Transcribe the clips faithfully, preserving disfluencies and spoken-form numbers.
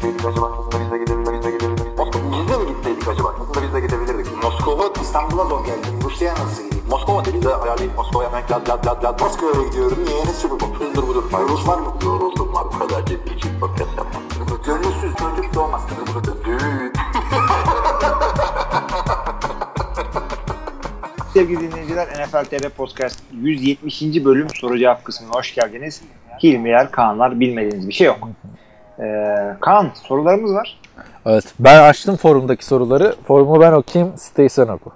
gitseydik acaba? Aslında biz de gidebilirdik. Biz de gidebilirdik. Biz de mi gitseydik acaba? Aslında biz de gidebilirdik. Moskova, İstanbul'a zor geldim. Rusya'ya nasıl gideyim? Moskova dedi de ayarlayıp Moskova'ya hemen lad lad lad lad. Moskova'ya gidiyorum. Niye? Ne sürü bu? Hızdır budur. Rus var mı? Yoruldum var. Bu kadar ciddi için podcast yapmam. Gönülsüz çocuk doğmaz. Düğün. Sevgili dinleyiciler, N F L T R Podcast yüz yetmişinci bölüm soru cevap kısmına hoş geldiniz. Hilmiler, Kaanlar, bilmediğiniz bir şey yok. Ee, Kaan, sorularımız var. Evet, ben açtım forumdaki soruları. Forumu ben okuyayım, siteyi sen oku.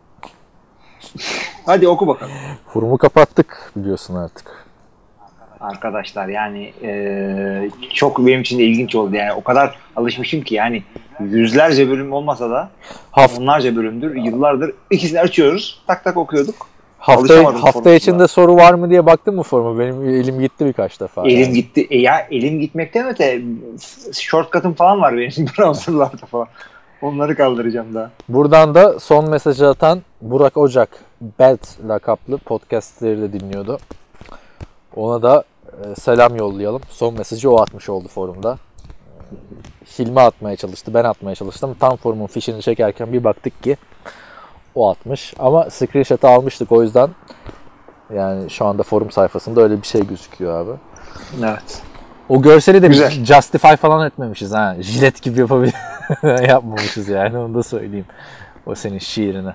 Hadi oku bakalım. Forumu kapattık biliyorsun artık. Arkadaşlar yani e, çok benim için de ilginç oldu. Yani o kadar alışmışım ki yani yüzlerce bölüm olmasa da Haft- onlarca bölümdür, yıllardır ikisini açıyoruz, tak tak okuyorduk. Hafta, hafta içinde soru var mı diye baktım mı foruma? Benim elim gitti birkaç defa. Elim yani. gitti. E ya elim gitmekten öte shortcut'ım falan var benim browser'larda falan. Onları kaldıracağım daha. Buradan da son mesajı atan Burak Ocak, Belt lakaplı podcastleri de dinliyordu. Ona da e, selam yollayalım. Son mesajı o atmış oldu forumda. Hilmi atmaya çalıştı, ben atmaya çalıştım. Tam forumun fişini çekerken bir baktık ki o atmış. Ama screenshot'ı almıştık, o yüzden yani şu anda forum sayfasında öyle bir şey gözüküyor abi. Evet. O görseli de güzel. Biz justify falan etmemişiz ha. Jilet gibi yapabilir. Yapmamışız yani, onu da söyleyeyim. O senin şiirine.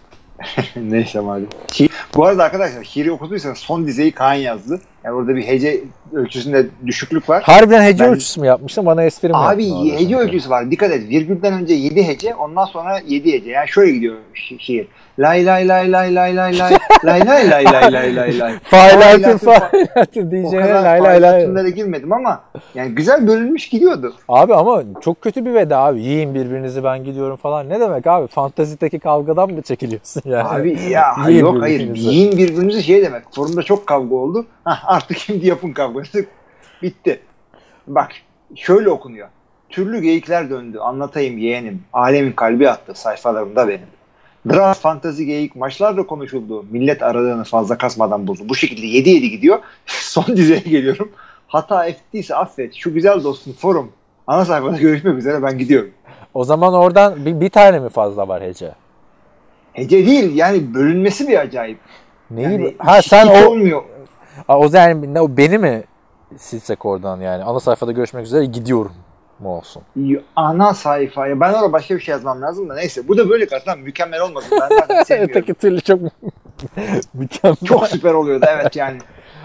Neyse malum. Şiir, bu arada arkadaşlar şiiri okuduysanız son dizeyi Kaan yazdı. Yani orada bir hece ölçüsünde düşüklük var. Harbiden hece ben... ölçüsü mü yapmıştım? Bana espri mi Abi yaptın? Abi hece ölçüsü var. Dikkat et. Virgülden önce yedi hece, ondan sonra yedi hece. Yani şöyle gidiyor şi- şiir. Lay lay lay lay lay lay lay lay lay lay lay lay lay lay. Failatın failatın diyeceğine lay lay lay. Bunlara girmedim ama yani güzel bölünmüş gidiyordu. Abi ama çok kötü bir veda abi. Yiyin birbirinizi, ben gidiyorum falan. Ne demek abi? Fantezideki kavgadan mı çekiliyorsun yani? Abi ya yiyin yok hayır. Yiyin birbirinizi şey demek. Forumda çok kavga oldu. Hah, artık şimdi yapın kavgası. Bitti. Bak şöyle okunuyor. Türlü geyikler döndü. Anlatayım yeğenim. Alemin kalbi attı sayfalarımda benim. Draft, fantazi, geyik maçlarla konuşuldu. Millet aradığını fazla kasmadan buldu. Bu şekilde yedi yedi gidiyor. Son düzeye geliyorum. Hata ettiyse affet. Şu güzel dostum forum. Ana sayfada görüşmek üzere, ben gidiyorum. O zaman oradan bir, bir tane mi fazla var hece? Hece değil yani, bölünmesi bir acayip. Neyi? Yani ha sen o olmuyor. Ha, o zaman ne, o beni mi silsek oradan yani? Ana sayfada görüşmek üzere gidiyorum mu olsun? Ana sayfaya. Ben orada başka bir şey yazmam lazım da neyse. Bu da böyle kartlan mükemmel olmadı. Ben zaten sevmiyorum. Öteki türlü çok mükemmel. Çok süper oluyordu evet yani.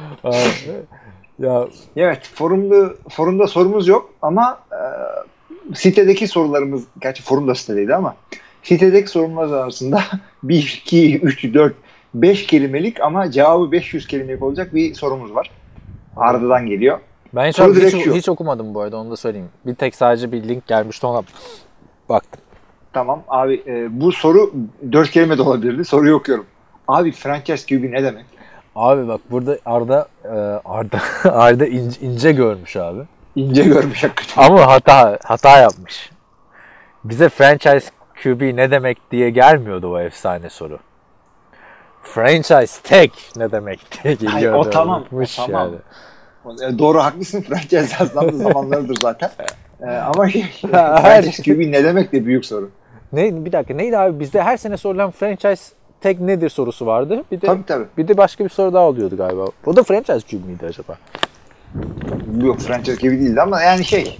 Ya evet, forumda forumda sorumuz yok ama e, sitedeki sorularımız, gerçi forum da sitedeydi ama sitedeki sorunlar arasında bir, iki, üç, dört, beş kelimelik ama cevabı beş yüz kelimelik olacak bir sorumuz var. Arda'dan geliyor. Ben hiç, hiç, hiç okumadım bu arada, onu da söyleyeyim. Bir tek sadece bir link gelmişti, ona baktım. Tamam abi, e, bu soru dört kelime de olabilirdi. Soruyu okuyorum. Abi franchise Q B ne demek? Abi bak burada Arda e, Arda Arda ince, ince görmüş abi. İnce görmüş hakikaten. Ama hata hata yapmış. Bize franchise Q B ne demek diye gelmiyordu o efsane soru. Franchise tag ne demek diye geliyordu. Hayır, o tamam. O tamam. Yani. Doğru, haklısın. Franchise yazılan zamanlarıdır zaten. Ee, ama franchise Q B ne demek de büyük soru. Ne, bir dakika neydi abi? Bizde her sene sorulan franchise tag nedir sorusu vardı. Bir de tabii, tabii. Bir de başka bir soru daha oluyordu galiba. O da franchise Q B miydi acaba? Yok, franchise Q B değildi ama yani şey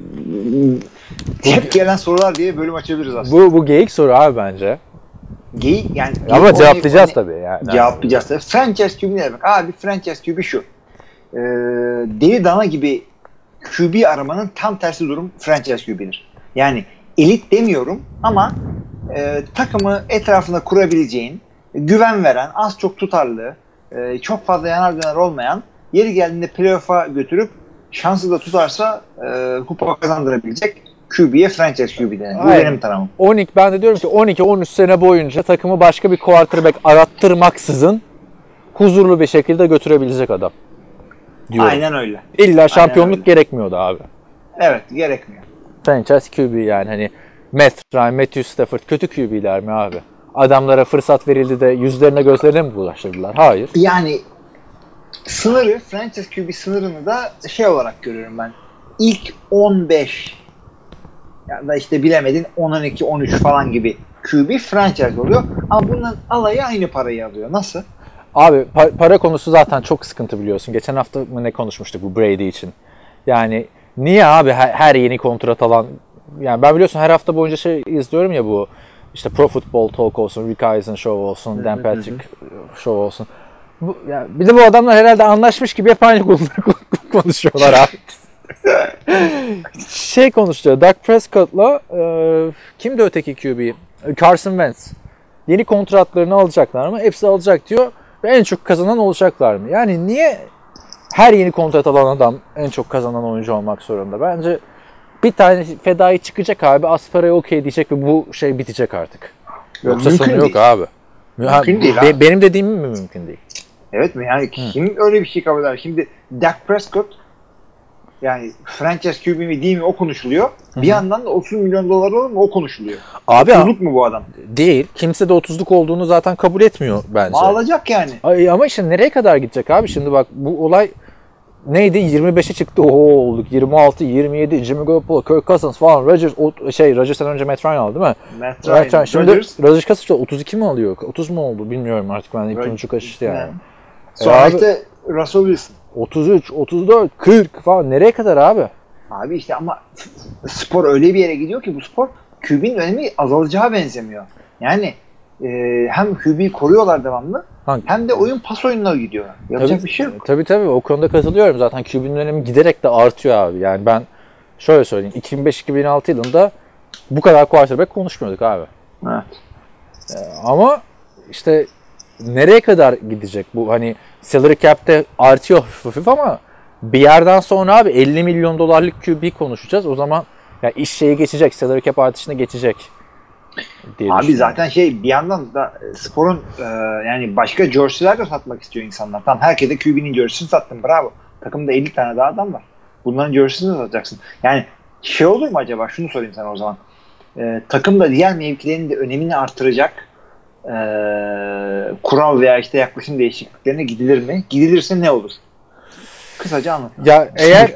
e, hep gelen sorular diye bölüm açabiliriz aslında. Bu bu geyik soru abi bence. Geyik yani. Ama geyik, cevaplayacağız onu, tabii yani. Cevaplayacağız tabii. Franchise Q B ne demek? Abi franchise Q B şu. Ee, deli dana gibi Q B aramanın tam tersi durum franchise Q B'dir. Yani elit demiyorum ama e, takımı etrafında kurabileceğin, güven veren, az çok tutarlı, e, çok fazla yanar döner olmayan, yeri geldiğinde playoff'a götürüp şansı da tutarsa e, kupa kazandırabilecek Q B'ye franchise Q B denir. Bu benim tanımım. on iki, ben de diyorum ki on iki on üç sene boyunca takımı başka bir quarterback arattırmaksızın huzurlu bir şekilde götürebilecek adam. Diyorum. Aynen öyle. İlla şampiyonluk öyle. gerekmiyordu abi. Evet, gerekmiyor. Franchise Q B yani hani Matt Ryan, Matthew Stafford kötü Q B'ler mi abi? Adamlara fırsat verildi de yüzlerine gözlerine mi bulaştırdılar? Hayır. Yani sınırı, franchise Q B sınırını da şey olarak görüyorum ben. İlk on beş ya da işte bilemedin on on iki on üç falan gibi Q B franchise oluyor. Ama bunların alayı aynı parayı alıyor. Nasıl? Abi pa- para konusu zaten çok sıkıntı biliyorsun. Geçen hafta mı ne konuşmuştuk bu Brady için. Yani niye abi her, her yeni kontrat alan, yani ben biliyorsun her hafta boyunca şey izliyorum ya, bu işte Pro Football Talk olsun, Rick Eisen Show olsun, Dan Patrick Show olsun. Bu, yani bir de bu adamlar herhalde anlaşmış gibi hep aynı konuları konuşuyorlar abi. şey konuşuyor. Dak Prescott'la e, kimdi öteki Q B? Carson Wentz. Yeni kontratlarını alacaklar mı? Hepsi alacak diyor. Ve en çok kazanan olacaklar mı? Yani niye her yeni kontrat alan adam en çok kazanan oyuncu olmak zorunda? Bence bir tane fedai çıkacak abi. Az paraya okey diyecek ve bu şey bitecek artık. Yoksa sonu yok abi. Mümkün değil Be- abi. Benim dediğim mi mümkün değil? Evet mi? Yani kim öyle bir şey kabul eder? Şimdi Dak Prescott yani franchise Q B mi değil mi o konuşuluyor. Bir yandan da otuz milyon dolar olur mu o konuşuluyor. Abi otuzluk mu bu adam? Değil. Kimse de otuzluk olduğunu zaten kabul etmiyor bence. Ama alacak yani. Ay, ama işte nereye kadar gidecek abi? Şimdi bak bu olay neydi? yirmi beşe çıktı. Oho olduk. yirmi altı, yirmi yedi, Jimmy Garoppolo, Kirk Cousins falan. Rodgers, o, şey Rodgers'tan önce Matt Ryan aldı değil mi? Matt Ryan. Matt Ryan. Şimdi Rodgers, Rodgers kaç işte otuz iki mi alıyor? otuz mu oldu? Bilmiyorum artık. Ben ipin ucu kaçıştı yani. yani. Sonra e işte Russell Wilson. otuz üç, otuz dört, kırk falan. Nereye kadar abi? Abi işte ama spor öyle bir yere gidiyor ki bu spor Q B'nin önemi azalacağı benzemiyor. Yani e, hem Q B'yi koruyorlar devamlı Hangi? hem de oyun pas oyununa gidiyor. Yapacak Tabii, bir şey yok. Tabii tabii o konuda katılıyorum. Zaten Q B'nin önemi giderek de artıyor abi. Yani ben şöyle söyleyeyim. iki bin beş iki bin altı yılında bu kadar quarterback konuşmuyorduk abi. Evet. Ee, ama işte nereye kadar gidecek bu? Hani salary cap'te artıyor hafif hafif ama bir yerden sonra abi elli milyon dolarlık Q B konuşacağız. O zaman ya iş şeyi geçecek. Salary cap artışına geçecek. Diye Abi zaten şey bir yandan da sporun e, yani başka jersey'ler de satmak istiyor insanlar. Tamam herkese Q B'nin jersey'sini sattın bravo. Takımda elli tane daha adam var. Bunların jersey'sini satacaksın. Yani şey olur mu acaba? Şunu sorayım sana o zaman. E, takımda diğer mevkilerin de önemini artıracak e, kural veya işte yaklaşım değişikliklerine gidilir mi? Gidilirse ne olur? Kısaca anlat. Ya eğer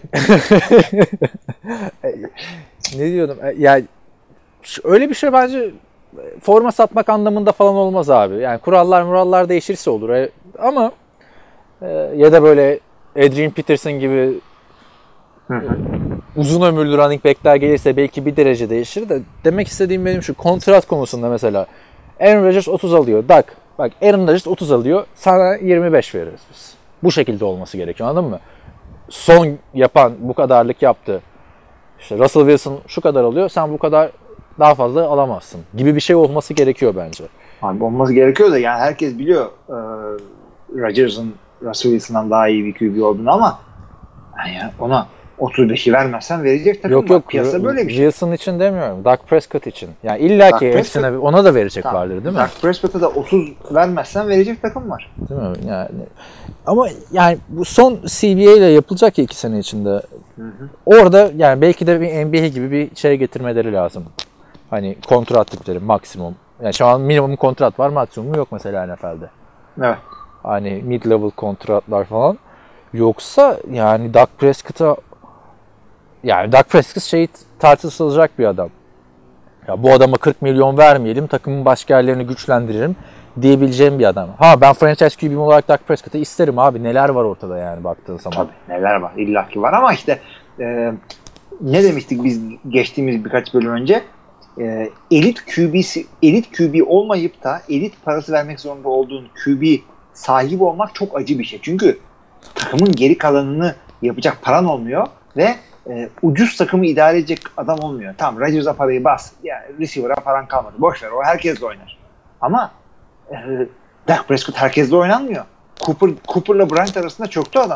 ne diyordum? Ya öyle bir şey bence forma satmak anlamında falan olmaz abi. Yani kurallar murallar değişirse olur. E, ama e, ya da böyle Adrian Peterson gibi Hı hı. uzun ömürlü running back'ler gelirse belki bir derece değişir de demek istediğim benim şu kontrat konusunda mesela Aaron Rodgers otuz alıyor. Dak bak Aaron Rodgers otuz alıyor. Sana yirmi beş veririz biz. Bu şekilde olması gerekiyor, anladın mı? Son yapan bu kadarlık yaptı. İşte Russell Wilson şu kadar alıyor. Sen bu kadar daha fazla alamazsın gibi bir şey olması gerekiyor bence. Abi olması gerekiyor da yani herkes biliyor e, Rodgers'ın Russell Wilson'dan daha iyi bir Q B olduğunu ama yani ona otuz beşi vermezsen verecek takım Yok var. yok. Piyasa böyle bir şey. Wilson için demiyorum. Dak Prescott için. Yani illa ki hepsine ona da verecek tamam. vardır değil mi? Dak Prescott'a da otuz vermezsen verecek takım var. Değil mi? Yani ama yani bu son C B A ile yapılacak ya iki sene içinde. Hı hı. Orada yani belki de bir N B A gibi bir şey getirmeleri lazım. Hani kontrat tipleri maksimum. Yani şu an minimum kontrat var, maksimumu yok mesela N F L'de. Evet. Hani mid level kontratlar falan. Yoksa yani Dak Prescott'a yani Dak Prescott şey tartışılacak bir adam. Ya bu adama kırk milyon vermeyelim, takımın başka yerlerini güçlendiririm diyebileceğim bir adam. Ha ben franchise Q B'm olarak Dak Prescott'ı isterim abi. Neler var ortada yani baktığın zaman. Tabii neler var. İlla ki var ama işte e, ne demiştik biz geçtiğimiz birkaç bölüm önce? E, elit Q B'si, elit Q B olmayıp da elit parası vermek zorunda olduğun Q B sahibi olmak çok acı bir şey. Çünkü takımın geri kalanını yapacak paran olmuyor ve e, ucuz takımı idare edecek adam olmuyor. Tamam Rodgers'a parayı bas. Yani receiver'a paran kalmadı. Boş ver. O herkesle oynar. Ama e, Dak Prescott herkesle oynanmıyor. Cooper, Cooper'la Bryant arasında çöktü adam.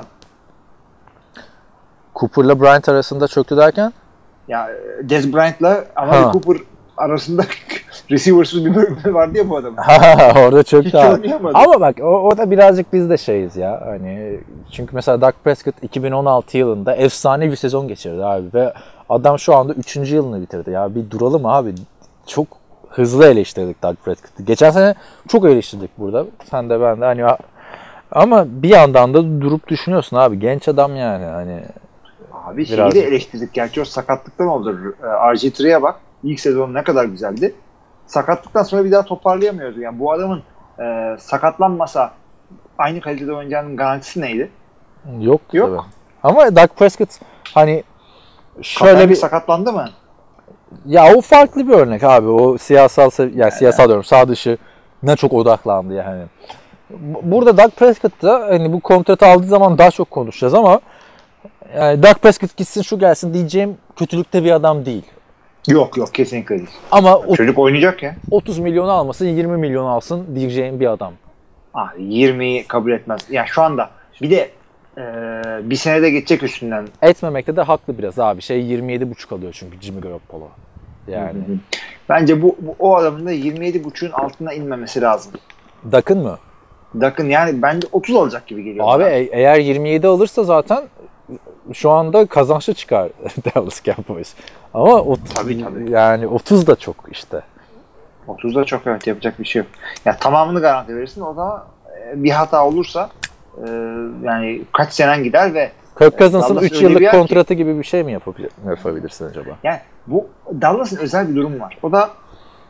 Cooper'la Bryant arasında çöktü derken? Ya Dez Bryant'la Amari Cooper arasında receiver'sız bir bölümü vardı ya bu adamın. Orada çöktü Hiç abi. oynayamadı. Ama bak o, orada birazcık biz de şeyiz ya. Hani çünkü mesela Dak Prescott iki bin on altı yılında efsane bir sezon geçirdi abi ve adam şu anda üçüncü yılını bitirdi. Ya bir duralım abi. Çok hızlı eleştirdik Dak Prescott'ı. Geçen sene çok eleştirdik burada. Sen de ben de hani ama bir yandan da durup düşünüyorsun abi. Genç adam yani hani. Abi şeyi Biraz. de eleştirdik. Gerçi o sakatlıktan oldu. R G üç'e bak. İlk sezon ne kadar güzeldi. Sakatlıktan sonra bir daha toparlayamıyordu. Yani bu adamın e, sakatlanmasa aynı kalitede oynayacağının garantisi neydi? Yok. Yok. Tabii. Ama Dak Prescott hani şöyle Kaepernick bir sakatlandı mı? ya o farklı bir örnek abi. O siyasal sev- yani siyasal diyorum sağ dışı ne çok odaklandı yani. Bu- Burada Dak Prescott da hani bu kontratı aldığı zaman daha çok konuşacağız ama yani Dak Prescott gitsin şu gelsin diyeceğim kötülükte bir adam değil. Yok yok kesinlikle değil. Ama o- Çocuk oynayacak ya. otuz milyon almasın yirmi milyon alsın diyeceğim bir adam. Ah, yirmiyi kabul etmez. Ya şu anda bir de e, bir senede geçecek üstünden. Etmemekte de haklı biraz abi. Şey yirmi yedi buçuk alıyor çünkü Jimmy Garoppolo. Yani. Hı hı. Bence bu, bu o adamın da yirmi yedi buçuğun altına inmemesi lazım. Dak'ın mı? Dakın yani bence otuz alacak gibi geliyor. Abi bana. e- eğer yirmi yedi alırsa zaten şu anda kazançlı çıkar Dallas Cowboys. Ama o, Tabii, tabii. yani otuz da çok işte. otuzda çok evet yapacak bir şey yok. Ya tamamını garanti verirsin o da e, bir hata olursa e, yani kaç senen gider ve Kirk Cousins'ın Dallas üç öyle bir yıllık yer ki- kontratı gibi bir şey mi yapabilir, yapabilirsin acaba? yani bu Dallas'ın özel bir durumu var. O da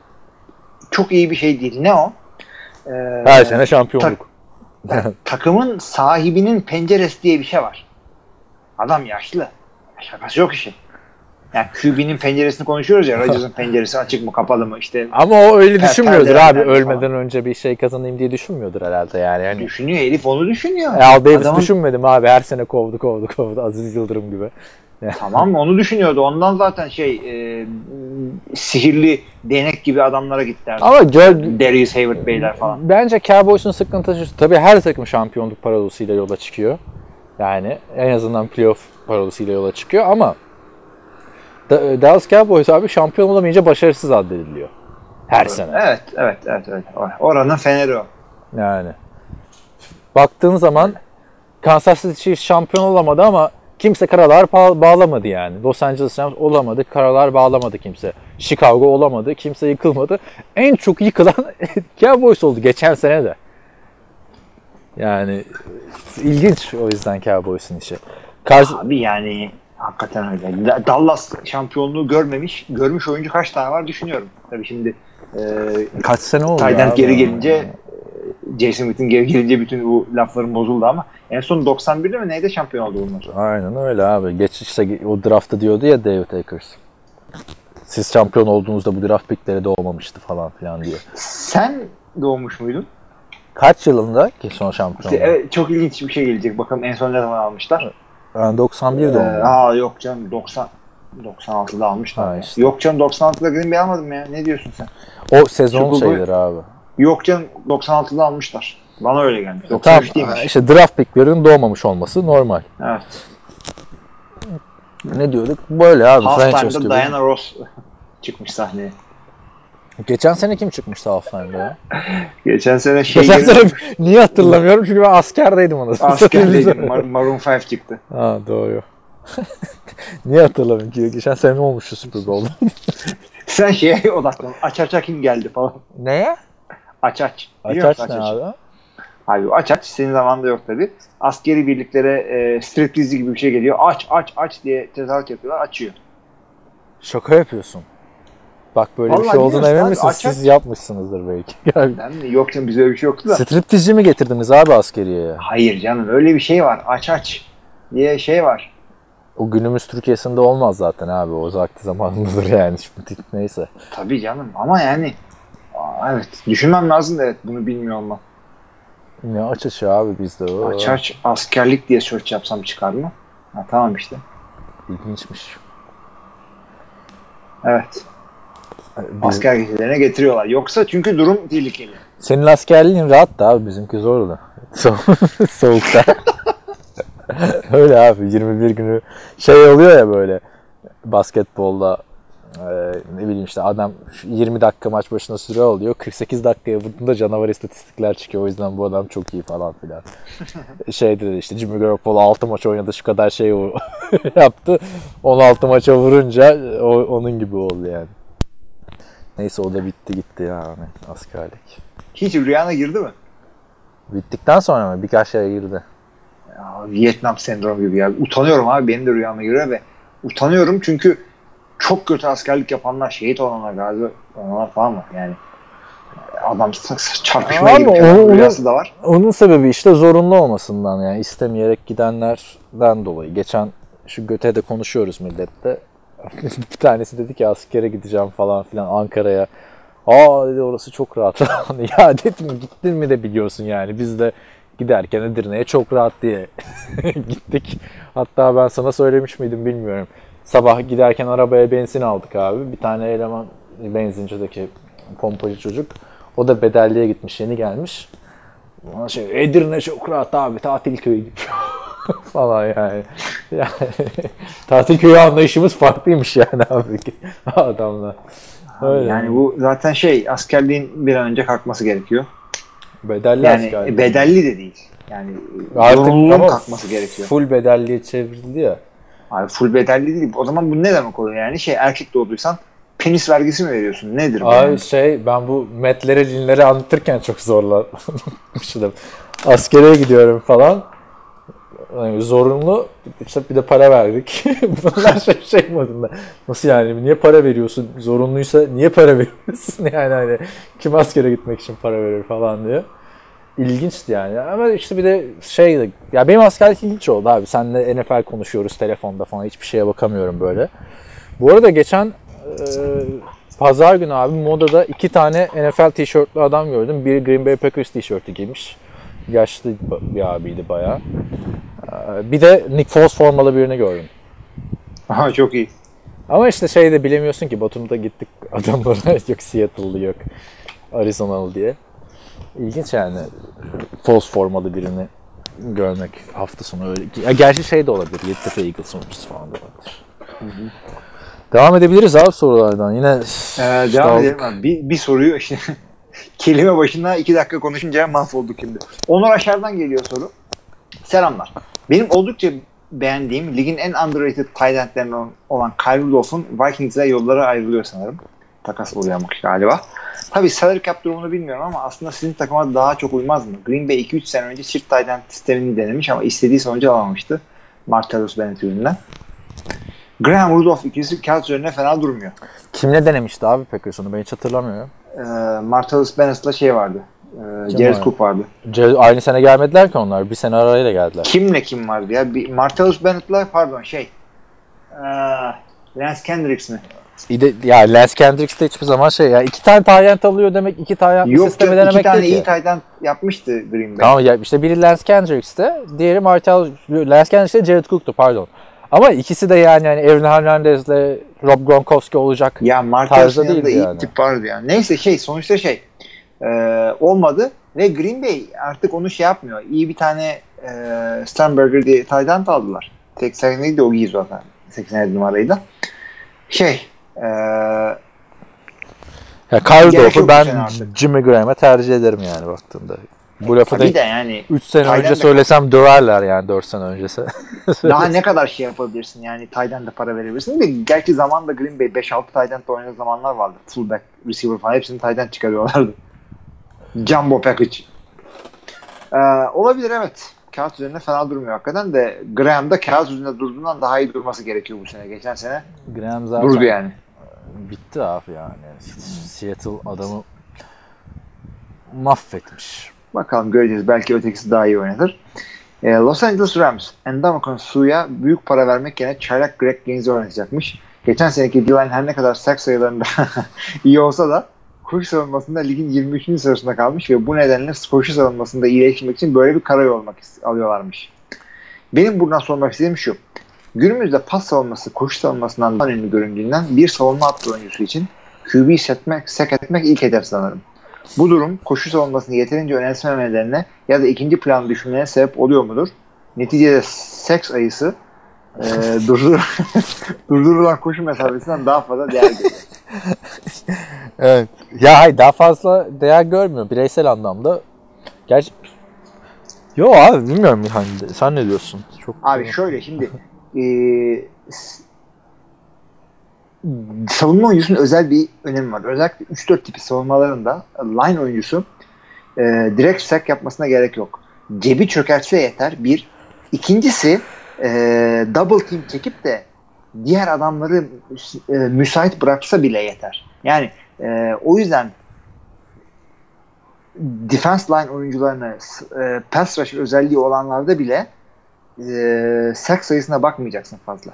çok iyi bir şey değil. Ne o? E, Her sene şampiyonluk. takımın sahibinin penceresi diye bir şey var. Adam yaşlı. Şakası yok işin. Yani Q B'nin penceresini konuşuyoruz ya. Rodgers'ın penceresi açık mı kapalı mı işte. Ama o öyle Per- düşünmüyordur perdeler abi. nerede Ölmeden falan. önce bir şey kazanayım diye düşünmüyordur herhalde yani. yani Düşünüyor herif onu düşünüyor. Al Davis Adamın- düşünmedim abi. Her sene kovdu kovdu kovdu. Aziz Yıldırım gibi. Tamam mı? Onu düşünüyordu. Ondan zaten şey e, sihirli değnek gibi adamlara gittiler. Ama gör, Darius Hayward beyler falan. bence Cowboys'un sıkıntısı şu. Tabii her takım şampiyonluk parolasıyla yola çıkıyor. Yani en azından playoff parolasıyla yola çıkıyor ama Da- Dallas Cowboys abi şampiyon olamayınca başarısız addediliyor. Her sene. Evet, evet, evet, evet. Oranın feneri o. Yani. Baktığın zaman Kansas City Chiefs şampiyon olamadı ama kimse karalar ba- bağlamadı yani. Los Angeles Rams olamadı, karalar bağlamadı kimse. Chicago olamadı, kimse yıkılmadı. En çok yıkılan Cowboys oldu geçen sene de. Yani ilginç o yüzden Cowboys'un işi. Kar- Abi yani hakikaten öyle. Da- Dallas şampiyonluğu görmemiş, görmüş oyuncu kaç tane var düşünüyorum. Tabii şimdi e, Kaç sene oldu Tayland abi? geri gelince e, Jason Witten geri gelince bütün bu lafların bozuldu ama en son doksan birde mi neyde şampiyon oldu bunlar? Aynen öyle abi. Geç işte o draftta diyordu ya David Akers. Siz şampiyon olduğunuzda bu draft pickleri de olmamıştı falan filan diyor. Sen doğmuş muydun? Kaç yılında ki son şampiyon İşte, oldu? evet, çok ilginç bir şey gelecek. Bakalım en son ne zaman almışlar? Ben doksan bir Ee, doğumluyum. aa yok canım doksan doksan altıda almışlar. Ha, ya. işte. Yok canım doksan altıda Green Bay almadım ya. Ne diyorsun sen? O sezon Super Bowl- şeyleri abi. Yok canım doksan altıda almışlar. Bana öyle geldi. doksan Tamam üç değilmiş. işte draft picklerin doğmamış olması normal. Evet. Ne diyorduk? Böyle abi. franchise Halftime'da gibi. Diana Ross çıkmış sahneye. Geçen sene kim çıkmıştı halftime'da ya? Geçen sene şey Geçen gelip- sene niye hatırlamıyorum? Çünkü ben askerdeydim onu. askerdeydim. Mar- Maroon beş çıktı. Ha doğru. Niye hatırlamıyorum ki? Geçen sene ne olmuştu Super Bowl'da? Sen şeye odaklan. Aç aç kim geldi falan. Neye? Aç aç. Aç Biliyor aç musun ne abi? Abi aç aç senin zamanında yok tabi. Askeri birliklere e, striptizci gibi bir şey geliyor. Aç aç aç diye tezahürat yapıyorlar. Açıyor. Şaka yapıyorsun. Bak böyle bir Vallahi şey olduğuna biliyorsun emin abi, misiniz? aç aç. Siz yapmışsınızdır belki. Yani Ben mi? Yok canım bize öyle bir şey yoktu da. striptizci mi getirdiniz abi askeriye? Hayır canım öyle bir şey var. Aç aç diye şey var. O günümüz Türkiye'sinde olmaz zaten abi. O vakti zamanındadır yani. Şimdi neyse. Tabii canım ama yani aa, evet düşünmem lazım da evet bunu bilmiyor olmam. Ne aç aç abi bizde o. Aç aç askerlik diye search yapsam çıkar mı? Ha, tamam işte. İlginçmiş. Evet. Biz- Asker gecelerine getiriyorlar. Yoksa çünkü durum tehlikeli. Senin askerliğin rahat da abi. Bizimki zordu. So- Soğukta. Öyle abi. yirmi bir günü şey oluyor ya böyle basketbolda e, ne bileyim işte adam yirmi dakika maç başına süre alıyor. kırk sekiz dakikaya vurduğunda canavar istatistikler çıkıyor. O yüzden bu adam çok iyi falan filan. Şey dedi işte Jimmy Garoppolo altı maç oynadı şu kadar şey yaptı. on altı maça vurunca o, onun gibi oldu yani. Neyse o da bitti gitti yani askerlik. Hiç rüyana girdi mi? Bittikten sonra mı? Birkaç ay girdi. Ya, Vietnam sendromu gibi ya. Utanıyorum abi, benim de rüyama göre ve utanıyorum çünkü çok kötü askerlik yapanlar, şehit olanlar, gazi olanlar falan var yani. Adam çarpışmaya gibi rüyası da var. Onun sebebi işte zorunlu olmasından, yani istemeyerek gidenlerden dolayı. Geçen şu Göte'de konuşuyoruz millette. Bir tanesi dedi ki askere gideceğim falan filan Ankara'ya. Aa dedi, orası çok rahat. Ya dedim, gittin mi de biliyorsun yani. Biz de giderken Edirne'ye çok rahat diye gittik. Hatta ben sana söylemiş miydim bilmiyorum. Sabah giderken arabaya benzin aldık abi. Bir tane eleman, benzincideki pompacı çocuk. O da bedelliye gitmiş, yeni gelmiş. Ona şey, Edirne çok rahat abi, tatil köyü gibi falan yani. yani tatil köyü anlayışımız farklıymış yani abi adamla. Öyle. Yani bu zaten şey, askerliğin bir an önce kalkması gerekiyor. Bedelli yani askerliği. Bedelli de değil. Yani zorunluluğun kalkması gerekiyor. Full bedelliye çevrildi ya. Abi full bedelli değil. O zaman bu ne demek oluyor yani? Şey, erkek doğduysan penis vergisi mi veriyorsun? Nedir bu? Abi yani? şey, ben bu metlere, linlere anlatırken çok zorlanmıştım. Askere gidiyorum falan. Yani zorunlu, işte bir de para verdik. Bunlar şey, şey modunda. Nasıl yani? Niye para veriyorsun? Zorunluysa niye para veriyorsun? Yani hani kim askere gitmek için para verir falan diye. İlginçti yani. Ama işte bir de şey, ya benim askerlik ilginç oldu abi. Seninle N F L konuşuyoruz telefonda falan. Hiçbir şeye bakamıyorum böyle. Bu arada geçen e, pazar günü abi modada iki tane N F L tişörtlü adam gördüm. Biri Green Bay Packers tişörtü giymiş. Yaşlı bir abiydi bayağı. Bir de Nick Foles formalı birini gördüm. Aha, çok iyi. Ama işte şey de bilemiyorsun ki, Batum'da gittik adamlara, yok Seattle'lı yok Arizona'lı diye. İlginç yani Foles formalı birini görmek hafta sonu öyle. Ya gerçi şey de olabilir, Yeditepe Eagles oyuncusu falan da olabilir. Hı hı. Devam edebiliriz abi sorulardan. Yine ee, devam edelim abi. Bir, bir soruyu işte kelime başına iki dakika konuşunca mahvolduk şimdi. Onur Aşar'dan geliyor soru. Selamlar. Benim oldukça beğendiğim, ligin en underrated tight endlerinden olan Kyle Rudolph'un Vikings'e yolları ayrılıyor sanırım. Takas oluyormuş galiba. Tabii salary cap durumunu bilmiyorum ama aslında sizin takıma daha çok uymaz mı? Green Bay iki üç sene önce çift tight end sistemini denemiş ama istediği sonucu alamamıştı. Martellus Bennett ürününden. Graham Rudolph ikisi kağıt üzerine fena durmuyor. Kimle denemişti abi Packers onu? Ben hiç hatırlamıyorum. Ee, Martellus Bennett'la şey vardı. Ee, Jared Cook vardı. Aynı sene gelmediler ki onlar. Bir sene arayla geldiler. Kimle kim vardı ya? Bir, Martellus Bennett'la pardon şey. Ee, Lance Kendricks mi? Ya Lance Kendricks de hiçbir zaman şey ya, iki tane tight end alıyor demek, iki tight end sistemi denemek değil. Yok, iki tane iyi tight end yapmıştı Green Bay. Tamam ya, işte biri Lance Kendricks'te, diğeri Martellus, Lance Kendricks'te Jared Cook'tu pardon. Ama ikisi de yani, yani Aaron Hernandez'le Rob Gronkowski olacak ya Martellus'un yanında iyi yani. Tip vardı yani. Neyse şey, sonuçta şey e, olmadı ve Green Bay artık onu şey yapmıyor. İyi bir tane e, Sternberger diye tight end aldılar. seksen neydi o giyiz zaten. seksen yedi numaraydı. Şey Ee, ya Kyle ben Jimmy Graham'e tercih ederim yani baktığımda. Bu lafı tabii da yani üç sene önce söylesem döverler yani, dört sene öncesi. Daha ne kadar şey yapabilirsin yani, tight end'e para verebilirsin de gerçi zamanında Green Bay beş altı tight end'de oynadığı zamanlar vardı. Fullback, receiver falan hepsini tight end çıkarıyorlardı. Jumbo package. Ee, olabilir evet. Kağıt üzerinde fena durmuyor hakikaten de Graham da kağıt üzerinde durduğundan daha iyi durması gerekiyor bu sene. Geçen sene Graham zaten durdu yani. Bitti abi yani. Seattle adamı mahvetmiş. Bakalım göreceğiz. Belki ötekisi daha iyi oynatır. Ee, Los Angeles Rams, Ndamukong Suh'ya büyük para vermek yerine çaylak Greg Gaines'i oynatacakmış. Geçen seneki D-line her ne kadar sack sayılarında iyi olsa da koşu savunmasında ligin yirmi üçüncü sırasında kalmış ve bu nedenle koşu savunmasında iyileşmek için böyle bir karar olmak alıyorlarmış. Benim buradan sormak istediğim şu. Günümüzde pas savunması koşu savunmasından daha önemli göründüğünden bir savunma hattı oyuncusu için Q B'yi setmek, sek etmek ilk hedef sanırım. Bu durum koşu savunmasını yeterince önemsememelerine ya da ikinci plan düşünmeye sebep oluyor mudur? Neticede seks ayısı e, durdur durdurulan koşu mesafesinden daha fazla değer görüyor. Evet. Ya hayır, daha fazla değer görmüyor bireysel anlamda. Gerçi yo abi bilmiyorum hani, sen ne diyorsun? Çok abi çok... şöyle şimdi e, savunma oyuncusunun özel bir önemi var. Özellikle üç dört tipi savunmalarında line oyuncusu e, direkt sack yapmasına gerek yok. Cebi çökertse yeter. Bir, İkincisi e, double team çekip de diğer adamları e, müsait bıraksa bile yeter. Yani e, o yüzden defense line oyuncularına e, pass rush özelliği olanlarda bile e, sack sayısına bakmayacaksın fazla.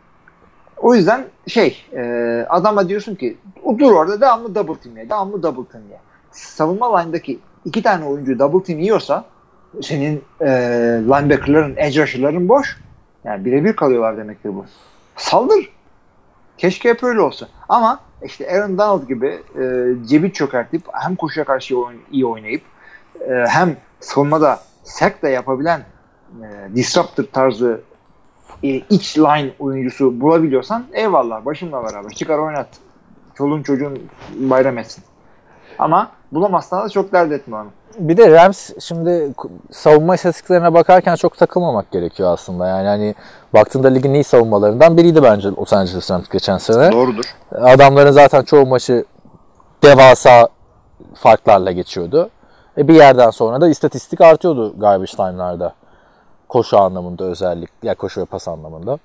O yüzden şey e, adama diyorsun ki dur orada devamlı double team ye. Devamlı double team ye. Savunma line'daki iki tane oyuncu double team yiyorsa senin e, linebacker'ların, edge rusher'ların boş. Yani birebir kalıyorlar demektir bu. Saldır. Keşke hep öyle olsa. Ama işte Aaron Donald gibi e, cebi çökertip hem koşuya karşı iyi oynayıp e, hem savunmada sack da yapabilen e, disruptor tarzı e, iç line oyuncusu bulabiliyorsan eyvallah. Başımla beraber. Çıkar oynat. Çoluğun çocuğun bayram etsin. Ama bulamazsan da çok dert etme onu. Bir de Rams şimdi savunma istatistiklerine bakarken çok takılmamak gerekiyor aslında. Yani hani baktığında ligin iyi savunmalarından biriydi bence Los Angeles Rams geçen sene. Doğrudur. Adamların zaten çoğu maçı devasa farklarla geçiyordu. E bir yerden sonra da istatistik artıyordu garbage time'larda. Koşu anlamında özellikle, ya koşu ve pas anlamında.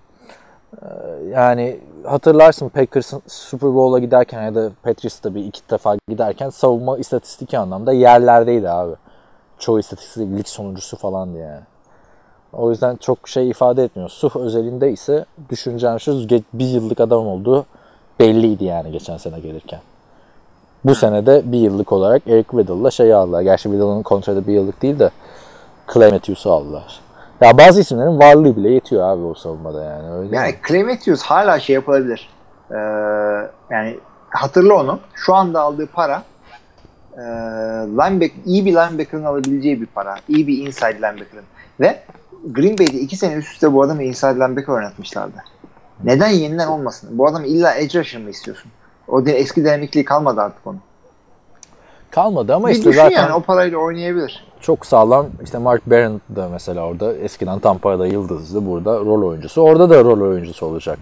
Yani hatırlarsın Packers'ın Super Bowl'a giderken ya da Patriots'ta bir iki defa giderken savunma istatistik anlamda yerlerdeydi abi. Çoğu istatistik lig sonuncusu falandı yani. O yüzden çok şey ifade etmiyor. Suh özelinde ise düşüneceğim şu bir yıllık adam olduğu belliydi yani geçen sene gelirken. Bu sene de bir yıllık olarak Eric Weddle'la şey aldılar. Gerçi Weddle'ın kontratı bir yıllık değil de Clay Matthews'u aldılar. Ya bazı isimlerin varlığı bile yetiyor abi o savunmada yani. Öyle yani mi? Clay Matthews hala şey yapabilir. Ee, yani hatırla onu. Şu anda aldığı para e, linebacker, iyi bir linebacker'ın alabileceği bir para. İyi bir inside linebacker'ın. Ve Green Bay'de iki sene üst üste bu adamı inside linebacker oynatmışlardı. Neden yeniden olmasın? Bu adamı illa edge rusher mı istiyorsun? O de, eski dinamikliği kalmadı artık onun. Kalmadı ama bir işte düşün zaten yani o parayla oynayabilir. çok sağlam. İşte Mark Barron da mesela orada eskiden Tampa'da yıldızdı. Burada rol oyuncusu. Orada da rol oyuncusu olacak.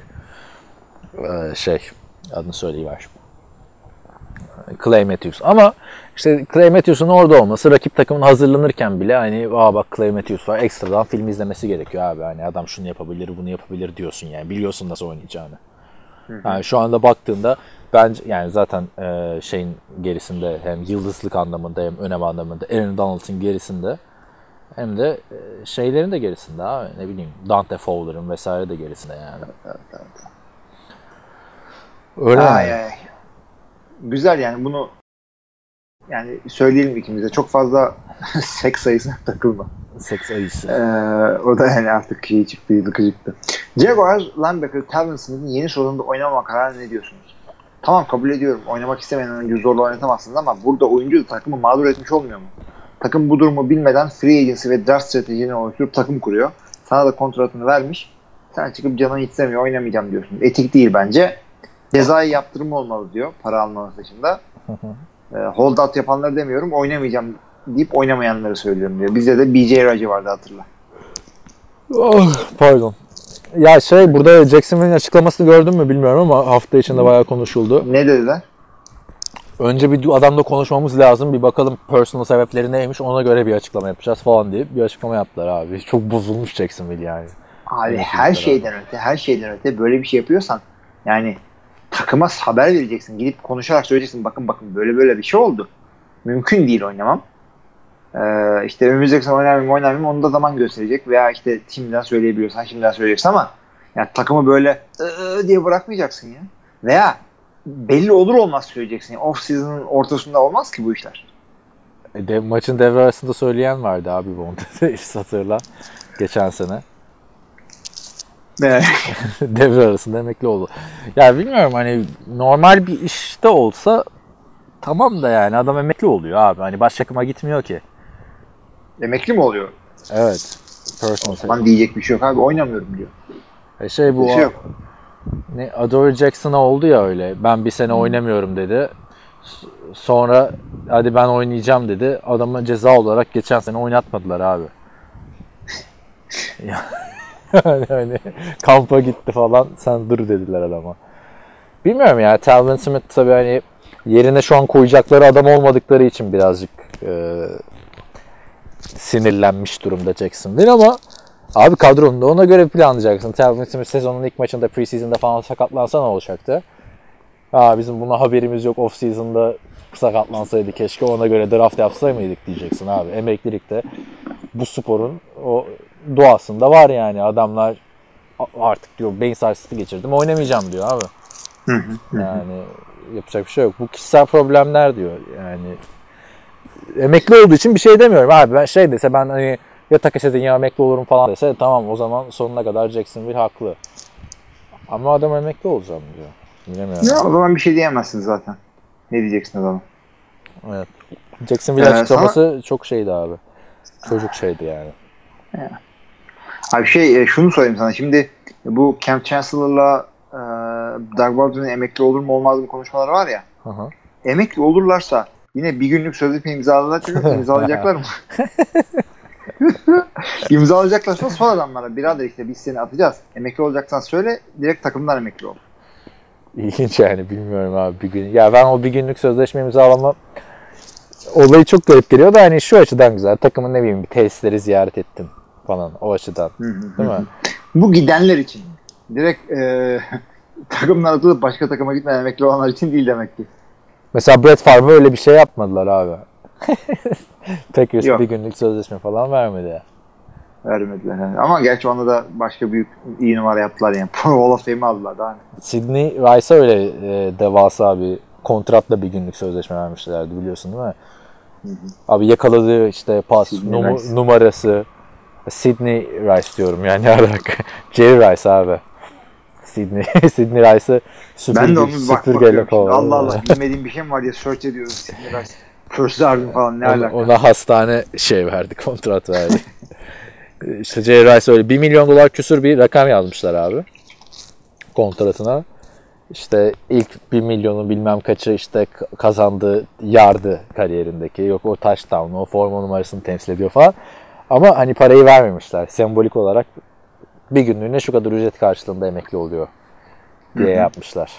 Ee, şey adını söyleyiver. Clay Matthews. Ama işte Clay Matthews'un orada olması rakip takımın hazırlanırken bile hani aa bak Clay Matthews var ekstradan film izlemesi gerekiyor abi. Hani adam şunu yapabilir bunu yapabilir diyorsun yani. Biliyorsun nasıl oynayacağını. Hı hı. Yani şu anda baktığında bence yani zaten e, şeyin gerisinde hem yıldızlık anlamında hem önem anlamında Aaron Donald'ın gerisinde hem de e, şeylerin de gerisinde abi ne bileyim Dante Fowler'ın vesaire de gerisinde yani. Evet, evet. Öyle ay, yani. Ay. Güzel yani bunu yani söyleyelim ikimize çok fazla seks sayısına takılma. Seks ayısı. Ee, o da yani artık iyi çıktı, yıkıcı çıktı. Jaguars linebacker Talvin Smith'in yeni sorununda oynamama kararı ne diyorsunuz? Tamam kabul ediyorum. Oynamak istemeyen oyuncu zorla oynatamazsınız ama burada oyuncu da takımı mağdur etmiş olmuyor mu? Takım bu durumu bilmeden free agency ve draft stratejini oluşturup takım kuruyor. Sana da kontratını vermiş. Sen çıkıp canın istemiyor oynamayacağım diyorsun. Etik değil bence. Cezai yaptırımı olmalı diyor para almanız dışında. e, hold out yapanları demiyorum. Oynamayacağım deyip oynamayanları söylüyorum diyor. Bizde de B J Raji vardı hatırla. Oh, pardon. Ya şey burada Jacksonville'in açıklamasını gördün mü bilmiyorum ama hafta içinde bayağı konuşuldu. Ne dediler? Önce bir adamla konuşmamız lazım. Bir bakalım personal sebepleri neymiş. Ona göre bir açıklama yapacağız falan deyip bir açıklama yaptılar abi. Çok bozulmuş Jacksonville yani. Abi her şeyden öte, her şeyden öte böyle bir şey yapıyorsan yani takıma haber vereceksin. Gidip konuşarak söyleyeceksin. Bakın bakın böyle böyle bir şey oldu. Mümkün değil oynamam. Ee, işte önümüzdeki sene oynamayayım oynamayayım onu da zaman gösterecek veya işte şimdiden söyleyebiliyorsan şimdiden söyleyeceksin ama yani takımı böyle ıı diye bırakmayacaksın ya. Veya belli olur olmaz söyleyeceksin. Off season'ın ortasında olmaz ki bu işler. E de, maçın devre arasında söyleyen vardı abi bu onda. Hatırla. Geçen sene. Evet. Devre arasında emekli oldu. Ya bilmiyorum hani normal bir işte olsa tamam da yani adam emekli oluyor abi. Hani başka takıma gitmiyor ki. Emekli mi oluyor? Evet. Personal. O zaman diyecek bir şey yok abi oynamıyorum diyor. E şey bu Bir şey yok. Ne Adoree Jackson'a oldu ya öyle. Ben bir sene hmm. oynamıyorum dedi. Sonra hadi ben oynayacağım dedi. Adama ceza olarak geçen sene oynatmadılar abi. yani hani kampa gitti falan. Sen dur dediler adama. Bilmiyorum ya. Talvin Smith tabii hani yerine şu an koyacakları adam olmadıkları için birazcık e, sinirlenmiş durumda Jacksonville ama Abi kadronu da ona göre planlayacaksın. Telvin Smith sezonun ilk maçında preseason'da falan sakatlansa ne olacaktı? Aa, bizim buna haberimiz yok, off season'da sakatlansaydı keşke, ona göre draft yapsaydık diyeceksin abi. Emeklilikte bu sporun o doğasında var yani. Adamlar artık diyor beyin sarsıntısı geçirdim, oynamayacağım diyor abi. Yani yapacak bir şey yok. Bu kişisel problemler diyor yani. Emekli olduğu için bir şey demiyorum abi. Ben şey dese, ben hani ya takas edin ya emekli olurum falan dese, tamam, o zaman sonuna kadar Jacksonville haklı. Ama adam emekli olacağım diyor. Bilemiyorum. Ya o zaman bir şey diyemezsin zaten. Ne diyeceksin adama? Evet. Jacksonville ee, açıklaması sana... çok şeydi abi. Çocuk şeydi yani. Ya. Abi şey şunu sorayım sana. Şimdi bu Cam Chancellor'la e, Doug Baldwin'in emekli olur mu olmaz mı konuşmaları var ya. Hı hı. Emekli olurlarsa yine bir günlük sözleşme imzalayacaklar, imzalayacaklar mı? İmzalayacaklarsa son adamlara birader işte biz seni atacağız. Emekli olacaksan söyle, direkt takımdan emekli ol. İlginç yani, bilmiyorum abi bir gün. Ya ben o bir günlük sözleşme imzalama olayı çok garip geliyor da hani şu açıdan güzel. Takımın ne bileyim bir tesisleri ziyaret ettin falan, o açıdan. Değil mi? Bu gidenler için. Direkt e, takımdan atılıp başka takıma gitmeyen emekli olanlar için değil demek ki. Mesela Brett Favre öyle bir şey yapmadılar abi. Packers Yok. bir günlük sözleşme falan vermedi ya. Vermediler. Yani. Ama gerçi onda da başka büyük iyi numara yaptılar yani. Hall of Fame'i aldılar daha ne. Sidney Rice'a öyle e, devasa bir kontratla bir günlük sözleşme vermişlerdi, biliyorsun değil mi? Hı hı. Abi yakaladığı işte pas num- numarası Sidney Rice diyorum yani, alaka. Jerry Rice abi. Sidney Sidney Rice'ı süpürge, ben de onu bak bakıyorum şimdi. Allah Allah bilmediğim bir şey mi var diye search ediyoruz Sidney Rice. First Arvin falan ne ona, alaka? ona hastane şey verdi, kontrat verdi. İşte Jerry Rice öyle bir milyon dolar küsur bir rakam yazmışlar abi kontratına. İşte ilk bir milyonu bilmem kaçı işte kazandı, yardı kariyerindeki. Yok o touchdown, o forma numarasını temsil ediyor falan. Ama hani parayı vermemişler. Sembolik olarak bir günlüğüne şu kadar ücret karşılığında emekli oluyor diye Hı-hı. yapmışlar.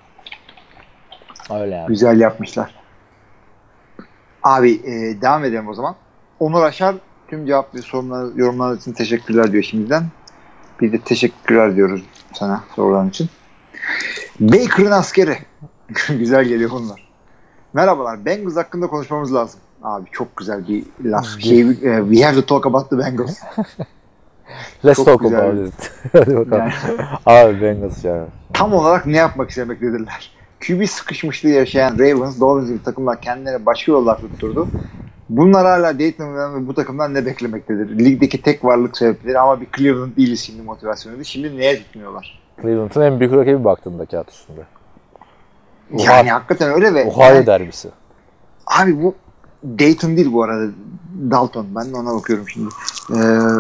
Öyle yani. Güzel yapmışlar. Abi e, devam edelim o zaman. Onur Aşar tüm cevap ve sorunlar, yorumlar için teşekkürler diyor şimdiden. Bir de teşekkürler diyoruz sana soruların için. Baker'ın askeri. Güzel geliyor bunlar. Merhabalar. Bengals hakkında konuşmamız lazım. Abi çok güzel bir laf. Şey, uh, we have to talk about the Bengals. Let's çok talk güzel. About it. Hadi bakalım. Yani. Abi Bengals ya. Tam olarak ne yapmak istemektedirler? Q B sıkışmışlığı yaşayan Ravens, Dolphins gibi takımlar kendilerine başka yollar tutturdu. Bunlar hala Dayton'dan ve bu takımdan ne beklemektedir? Ligdeki tek varlık sebepleri ama bir Cleveland değiliz şimdi motivasyonuydu. Şimdi neye tutmuyorlar? Cleveland'ın en büyük rakibi baktığında kağıt üstünde. Yani Ohio, hakikaten öyle ve Ohio yani, derbisi. Abi bu Dayton değil bu arada. Dalton. Ben de ona bakıyorum şimdi. Ee,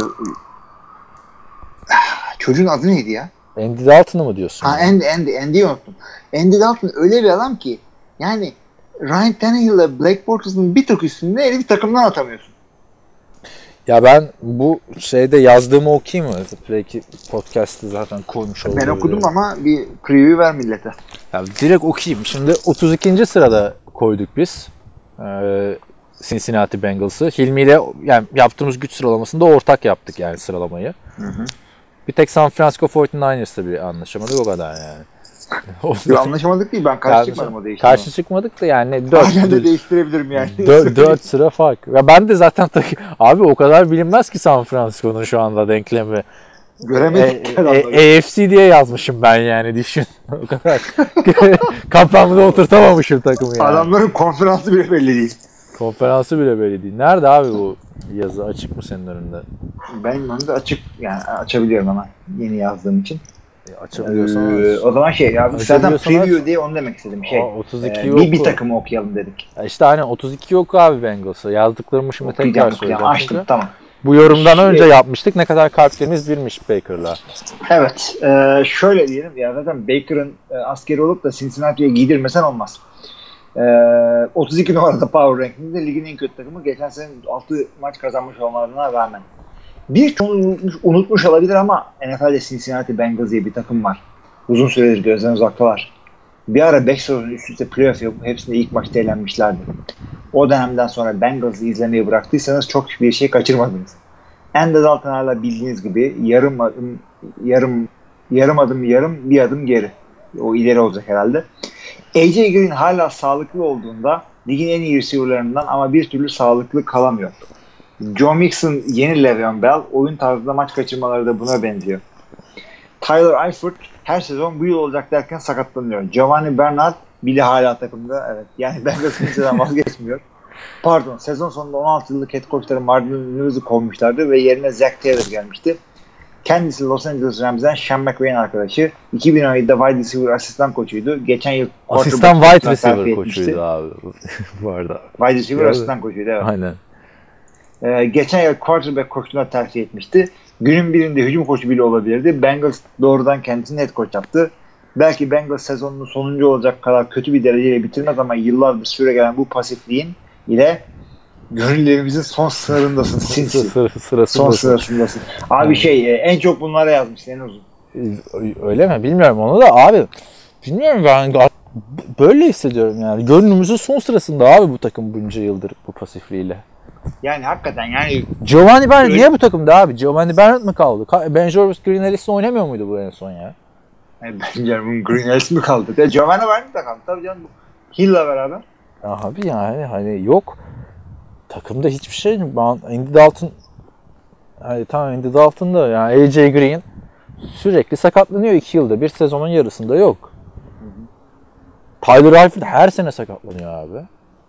çocuğun adı neydi ya? Andy Dalton'u mu diyorsun? Ha yani? Andy, Andy, Andy'yi unuttum. Andy Dalton öyle bir adam ki yani Ryan Tannehill'le Blake Bortles'ın bir tık üstünde eli bir takımdan atamıyorsun. Ya ben bu şeyde yazdığımı okuyayım mı? Belki podcast'ı zaten koymuş oldum. Ben okudum ya. Ama bir preview ver millete. Ya direkt okuyayım. Şimdi otuz ikinci sırada koyduk biz. Ee, Cincinnati Bengals'ı. Hilmi ile yani yaptığımız güç sıralamasında ortak yaptık yani sıralamayı. Hı hı. Bir tek San Francisco kırk dokuz ers'la bir anlaşamadık, o kadar yani. Yok, anlaşamadık değil, ben karşı yani, çıkmadım o değiştirme. Karşı çıkmadık da yani dört Aynen de değiştirebilirim yani. dört sıra fark. Ya ben de zaten abi o kadar bilinmez ki San Francisco'nun şu anda denklemi. Göremedik. E, e, A F C diye yazmışım ben yani, düşün. O kadar. Kafamda oturtamamışım takımı yani. Adamların konferansı bile belli değil. Konferansı bile belli değil. Nerede abi bu yazı? Açık mı senin önünde? Benim önümde açık, yani açabiliyorum ama yeni yazdığım için. E, açabiliyorsan ee, o zaman şey ya zaten preview aç. Diye onu demek istedim. Şey. Aa, otuz iki e, bir, bir takımı okuyalım dedik. Ya işte hani otuz iki yok abi Bengals'ı. Yazdıklarımı şimdi tekrar söyleyeceğim. Açtım çünkü. Tamam. Bu yorumdan şey, önce yapmıştık. Ne kadar kalpleriniz birmiş Baker'la. Evet. E, şöyle diyelim. Ya zaten Baker'ın e, askeri olup da Cincinnati'ye giydirmesen olmaz. E, otuz iki numarada Power Ranking'de ligin en kötü takımı. Geçen sene altı maç kazanmış olmalarına rağmen. Bir çoğunu unutmuş, unutmuş olabilir ama N F L'de Cincinnati Bengals diye bir takım var. Uzun süredir gözden uzaktalar. Bir ara beş sezon üst üste playoff yapıp hepsinde ilk maçta eğlenmişlerdi. O dönemden sonra Bengals'ı izlemeyi bıraktıysanız çok bir şey kaçırmadınız. Andy Dalton hala bildiğiniz gibi yarım adım yarım yarım adım yarım bir adım geri. O ileri olacak herhalde. A J Green hala sağlıklı olduğunda ligin en iyi receiver'larından ama bir türlü sağlıklı kalamıyor. Joe Mixon yeni Le'Veon Bell, oyun tarzında maç kaçırmaları da buna benziyor. Tyler Eifert her sezon bu yıl olacak derken sakatlanıyor. Giovanni Bernard bile hala takımda. Evet. Yani Bengals kimseden vazgeçmiyor. Pardon. Sezon sonunda on altı yıllık head coachları Marvin Lewis'i kovmuşlardı ve yerine Zach Taylor gelmişti. Kendisi Los Angeles Rams'den Sean McVay'in arkadaşı. iki bin on yedide wide receiver asistan koçuydu. Geçen yıl asistan wide receiver koçuydu abi. Bu arada. Wide receiver asistan koçuydu. Evet. Aynen. Ee, geçen yıl quarterback koçluğuna tercih etmişti. Günün birinde hücum koçu bile olabilirdi. Bengals doğrudan kendisini head coach yaptı. Belki Bengals sezonunu sonuncu olacak kadar kötü bir dereceyle bitirmez ama yıllardır süre gelen bu pasifliğin ile gönüllerimizin son sınırındasın. Sinsi. Sırasındasın. Son sırasındasın. Abi yani. şey en çok bunlara yazmış en uzun. Öyle mi? Bilmiyorum onu da abi. Bilmiyorum ben böyle hissediyorum yani. Gönlümüzün son sırasında abi bu takım bunca yıldır bu pasifliğiyle. Yani hakikaten yani. Giovanni Bernard niye bu takımda abi? Giovanni Bernard mı kaldı? Ben Jarvis Green Ellis'le oynamıyor muydu bu en son ya? Yani Ben Jarvis Green Ellis mi kaldı? Ya Giovanni Bernard da kaldı tabii canım. Hill'la beraber. Abi yani hani yok. Takımda hiçbir şey mi? Andy Dalton hani tamam Andy Dalton da yani A J Green sürekli sakatlanıyor iki yılda. Bir sezonun yarısında yok. Tyler Eifert her sene sakatlanıyor abi.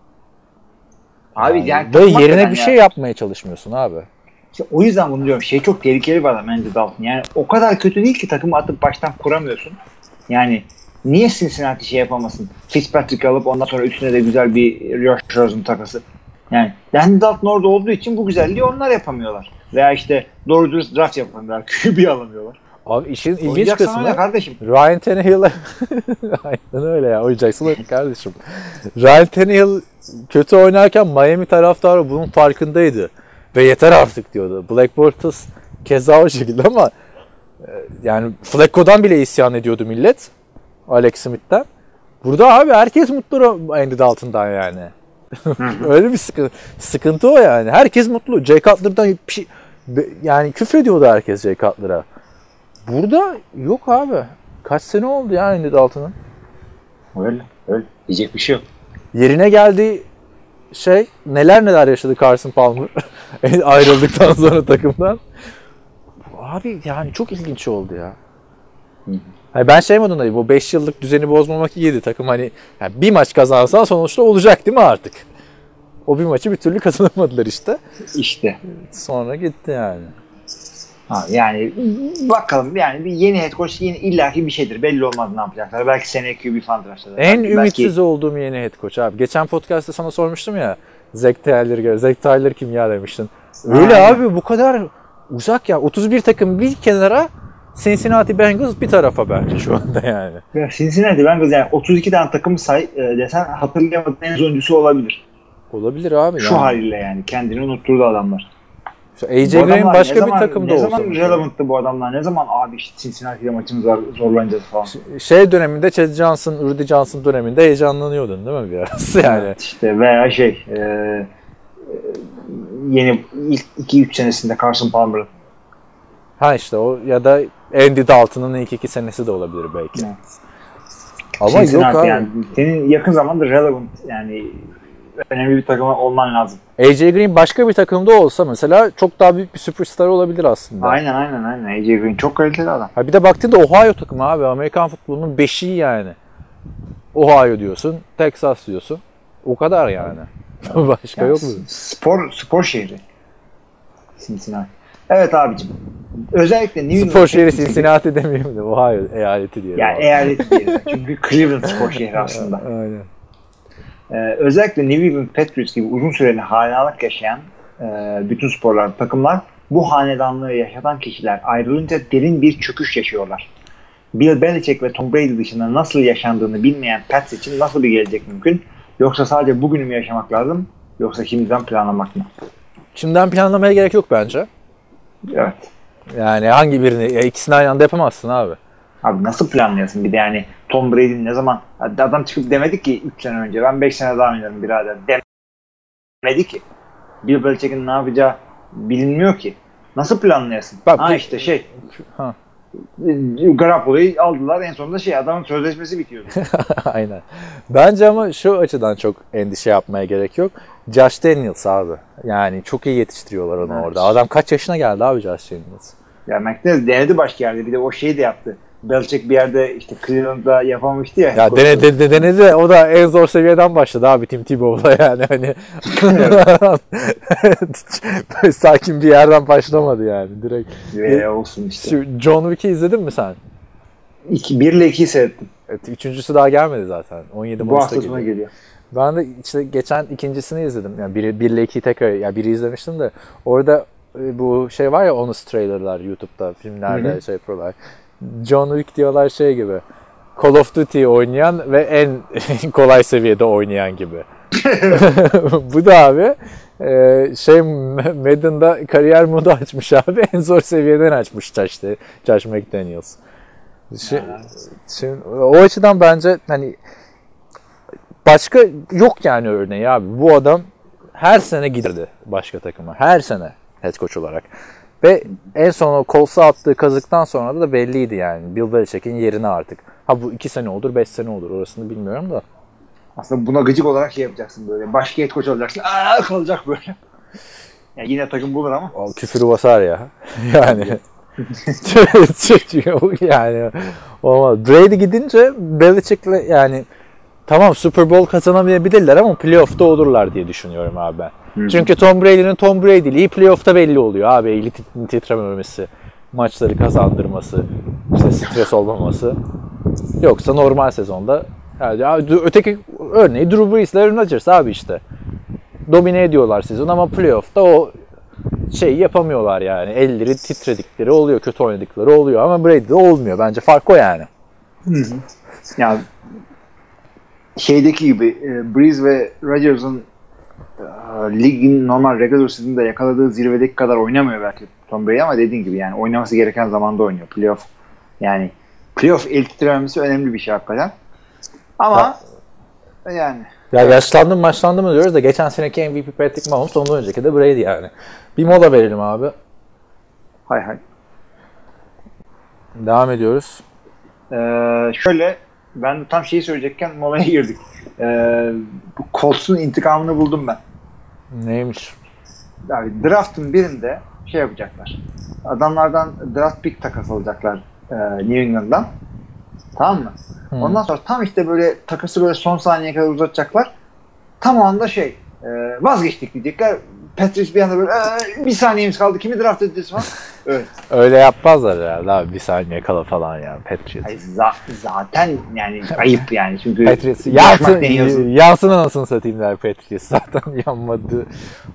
Abi yani, yani ve yerine bir ya. şey yapmaya çalışmıyorsun abi. İşte o yüzden bunu diyorum. Şey çok tehlikeli bir adam Andy Dalton. Yani o kadar kötü değil ki takımı atıp baştan kuramıyorsun. Yani niye Cincinnati şey yapamasın? Fitzpatrick alıp ondan sonra üstüne de güzel bir Josh Rosen takası. Yani Andy Dalton orada olduğu için bu güzelliği onlar yapamıyorlar. Veya işte doğru dürüst draft yapamıyorlar. Q B alamıyorlar. Abi işin ilginç kısmı kardeşim. Ryan Tannehill'e aynen öyle ya. Oynayacaksın kardeşim. Ryan Tannehill kötü oynarken Miami taraftarı bunun farkındaydı. Ve yeter artık diyordu. Black Bortles keza o şekilde ama yani Flacco'dan bile isyan ediyordu millet. Alex Smith'ten. Burada abi herkes mutlu Andy Dalton'dan yani. Öyle bir sıkıntı. Sıkıntı o yani. Herkes mutlu. Jay Cutler'dan şey, yani küfrediyordu herkes Jay Cutler'a. Burada yok abi. Kaç sene oldu ya Andy Dalton'ın? Öyle. Öyle. Diyecek bir şey yok. Yerine geldiği şey neler neler yaşadı Carson Palmer ayrıldıktan sonra takımdan. Abi yani çok ilginç oldu ya. Hani ben şey modundayım. Bu beş yıllık düzeni bozmamak iyiydi takım hani yani bir maç kazansan sonuçta olacak değil mi artık? O bir maçı bir türlü kazanamadılar işte. İşte. Sonra gitti yani. Ha, yani bakalım yani bir yeni head coach yeni illaki bir şeydir. Belli olmaz ne yapacaklar. Belki seneye Q B falan tıraşlarlar. En belki, ümitsiz belki... olduğum yeni head coach abi. Geçen podcast'ta sana sormuştum ya. Zach Taylor göre. Zach Taylor kim ya demiştin. Öyle Aynen. abi bu kadar uzak ya. otuz bir takım bir kenara Cincinnati Bengals bir tarafa bence şu anda yani. Ya Cincinnati Bengals yani otuz iki tane takım say e, desen hatırlayamadığın en oyuncusu olabilir. Olabilir abi. Şu yani. Haliyle yani. Kendini unutturdu adamlar. A J Green başka bir takımda olsa. Ne zaman relevanttı bu adamlar? Ne zaman abi işte Cincinnati'de maçımız zorlanacağız falan. Şey döneminde Chad Johnson, Rudy Johnson döneminde heyecanlanıyordun değil mi biraz yani? Evet, işte veya şey e, yeni ilk iki üç senesinde Carson Palmer'ın. Ha işte o ya da Andy Dalton'ın ilk iki senesi de olabilir belki. Evet. Ama Cincinnati yok abi. Yani, senin yakın zamanda relevant yani önemli bir takıma olman lazım. A J Green başka bir takımda olsa mesela çok daha büyük bir süperstar olabilir aslında. Aynen aynen aynen. A J Green çok kaliteli adam. Ha bir de baktığında Ohio takımı abi. Amerikan futbolunun beşiği yani. Ohio diyorsun, Texas diyorsun. O kadar yani. Başka yani, yok mu? Spor spor şehri. Cincinnati. Evet abicim. Özellikle New England spor şehri Cincinnati demeyeyim de Ohio eyaleti diyelim. Yani eyaleti diyelim. Çünkü Cleveland spor şehri aslında. Aynen. Ee, özellikle New England Patriots gibi uzun süreli hanedanlık yaşayan e, bütün sporlar, takımlar bu hanedanlığı yaşatan kişiler ayrılınca derin bir çöküş yaşıyorlar. Bill Belichick ve Tom Brady dışında nasıl yaşandığını bilmeyen Pats için nasıl bir gelecek mümkün? Yoksa sadece bugünü mü yaşamak lazım? Yoksa şimdiden planlamak mı? Şimdiden planlamaya gerek yok bence. Evet. Yani hangi birini, ya ikisini aynı anda yapamazsın abi. Abi nasıl planlıyorsun? Bir de yani Tom Brady'nin ne zaman adam çıkıp demedi ki üç sene önce ben beş sene daha oynarım birader demedi ki. Bill Belichick'in ne yapacağı bilinmiyor ki. Nasıl planlayasın? Bak, ha bu- işte şey. Ha. Garoppolo'yu aldılar. En sonunda şey adamın sözleşmesi bitiyordu. Aynen. Bence ama şu açıdan çok endişe yapmaya gerek yok. Josh Daniels abi. Yani çok iyi yetiştiriyorlar onu Evet. orada. Adam kaç yaşına geldi abi Josh Daniels? Ya McDaniels denedi başka yerde. Bir de o şeyi de yaptı. Belichick bir yerde işte Cleveland'da yapamamıştı ya. Ya denedi, de, denedi de o da en zor seviyeden başladı abi Tim Tebow'la yani hani sakin bir yerden başlamadı yani direkt. Ve olsun işte. Şu John Wick'i izledin mi sen? İki, bir ile ikiyi seyrettim. Evet, üçüncüsü daha gelmedi zaten. on yedi Bu Mayıs'ta hafta sonu geliyor. geliyor. Ben de işte geçen ikincisini izledim. Yani biri, bir ile ikiyi tekrar, yani biri izlemiştim de orada e, bu şey var ya honest trailerlar YouTube'da, filmlerde Hı hı. şey yapıyorlar. John Wick diyorlar şey gibi. Call of Duty oynayan ve en kolay seviyede oynayan gibi. Bu da abi e, şey Madden'da kariyer modu açmış abi. En zor seviyeden açmış işte Josh McDaniels. Şimdi, şimdi, o açıdan bence hani başka yok yani örneği abi. Bu adam her sene giderdi başka takıma. Her sene head coach olarak. Ve en son o Colts'a attığı kazıktan sonra da belliydi yani. Bill Belichick'in yerine artık. Ha bu iki sene olur, beş sene olur. Orasını bilmiyorum da. Aslında buna gıcık olarak şey yapacaksın böyle. Başka head coach olacaksın. Aa kalacak böyle. Yani yine takım bulur ama. O küfürü basar ya. Yani. yani olmaz. Brady gidince Belichick'le yani tamam Super Bowl kazanamayabilirler ama playoff'ta olurlar diye düşünüyorum abi ben. Hı-hı. Çünkü Tom Brady'nin Tom Brady'liği playoff'ta belli oluyor abi. Eli tit- titrememesi, maçları kazandırması, işte stres olmaması. Yoksa normal sezonda yani öteki örneği Drew Brees'le Aaron Rodgers abi işte. Domine ediyorlar sezon ama playoff'ta o şey yapamıyorlar yani. Elleri titredikleri oluyor, kötü oynadıkları oluyor ama Brady'de olmuyor. Bence fark o yani. Hı hı. Ya şeydeki gibi e, Breeze ve Rodgers'ın e, ligin normal regular season'da yakaladığı zirvedeki kadar oynamıyor belki Tom Brady ama dediğin gibi yani oynaması gereken zamanda oynuyor. Playoff yani playoff el titrememesi önemli bir şey hakikaten. Ama ya, yani ya yaşlandım maçlandım mı diyoruz da geçen seneki M V P Patrick Mahomes ondan önceki de Brady yani. Bir mola verelim abi. Hay hay. Devam ediyoruz. Ee, şöyle ben de tam şeyi söyleyecekken molaya girdik. Ee, bu Colts'un intikamını buldum ben. Neymiş? Yani draft'ın birinde şey yapacaklar. Adamlardan draft pick takas alacaklar e, New England'dan. Tamam mı? Hmm. Ondan sonra tam işte böyle takası böyle son saniyeye kadar uzatacaklar. Tam o anda şey e, vazgeçtik diyecekler. Patriots bir anda böyle bir saniyemiz kaldı. Kimi draft edeceğiz falan. Evet. Öyle yapmazlar herhalde abi. Bir saniye kala falan yani Patriots. Hayır, za- zaten yani ayıp yani. Çünkü Patriots yansın, yansın anasını satayım der Patriots. Zaten yanmadı.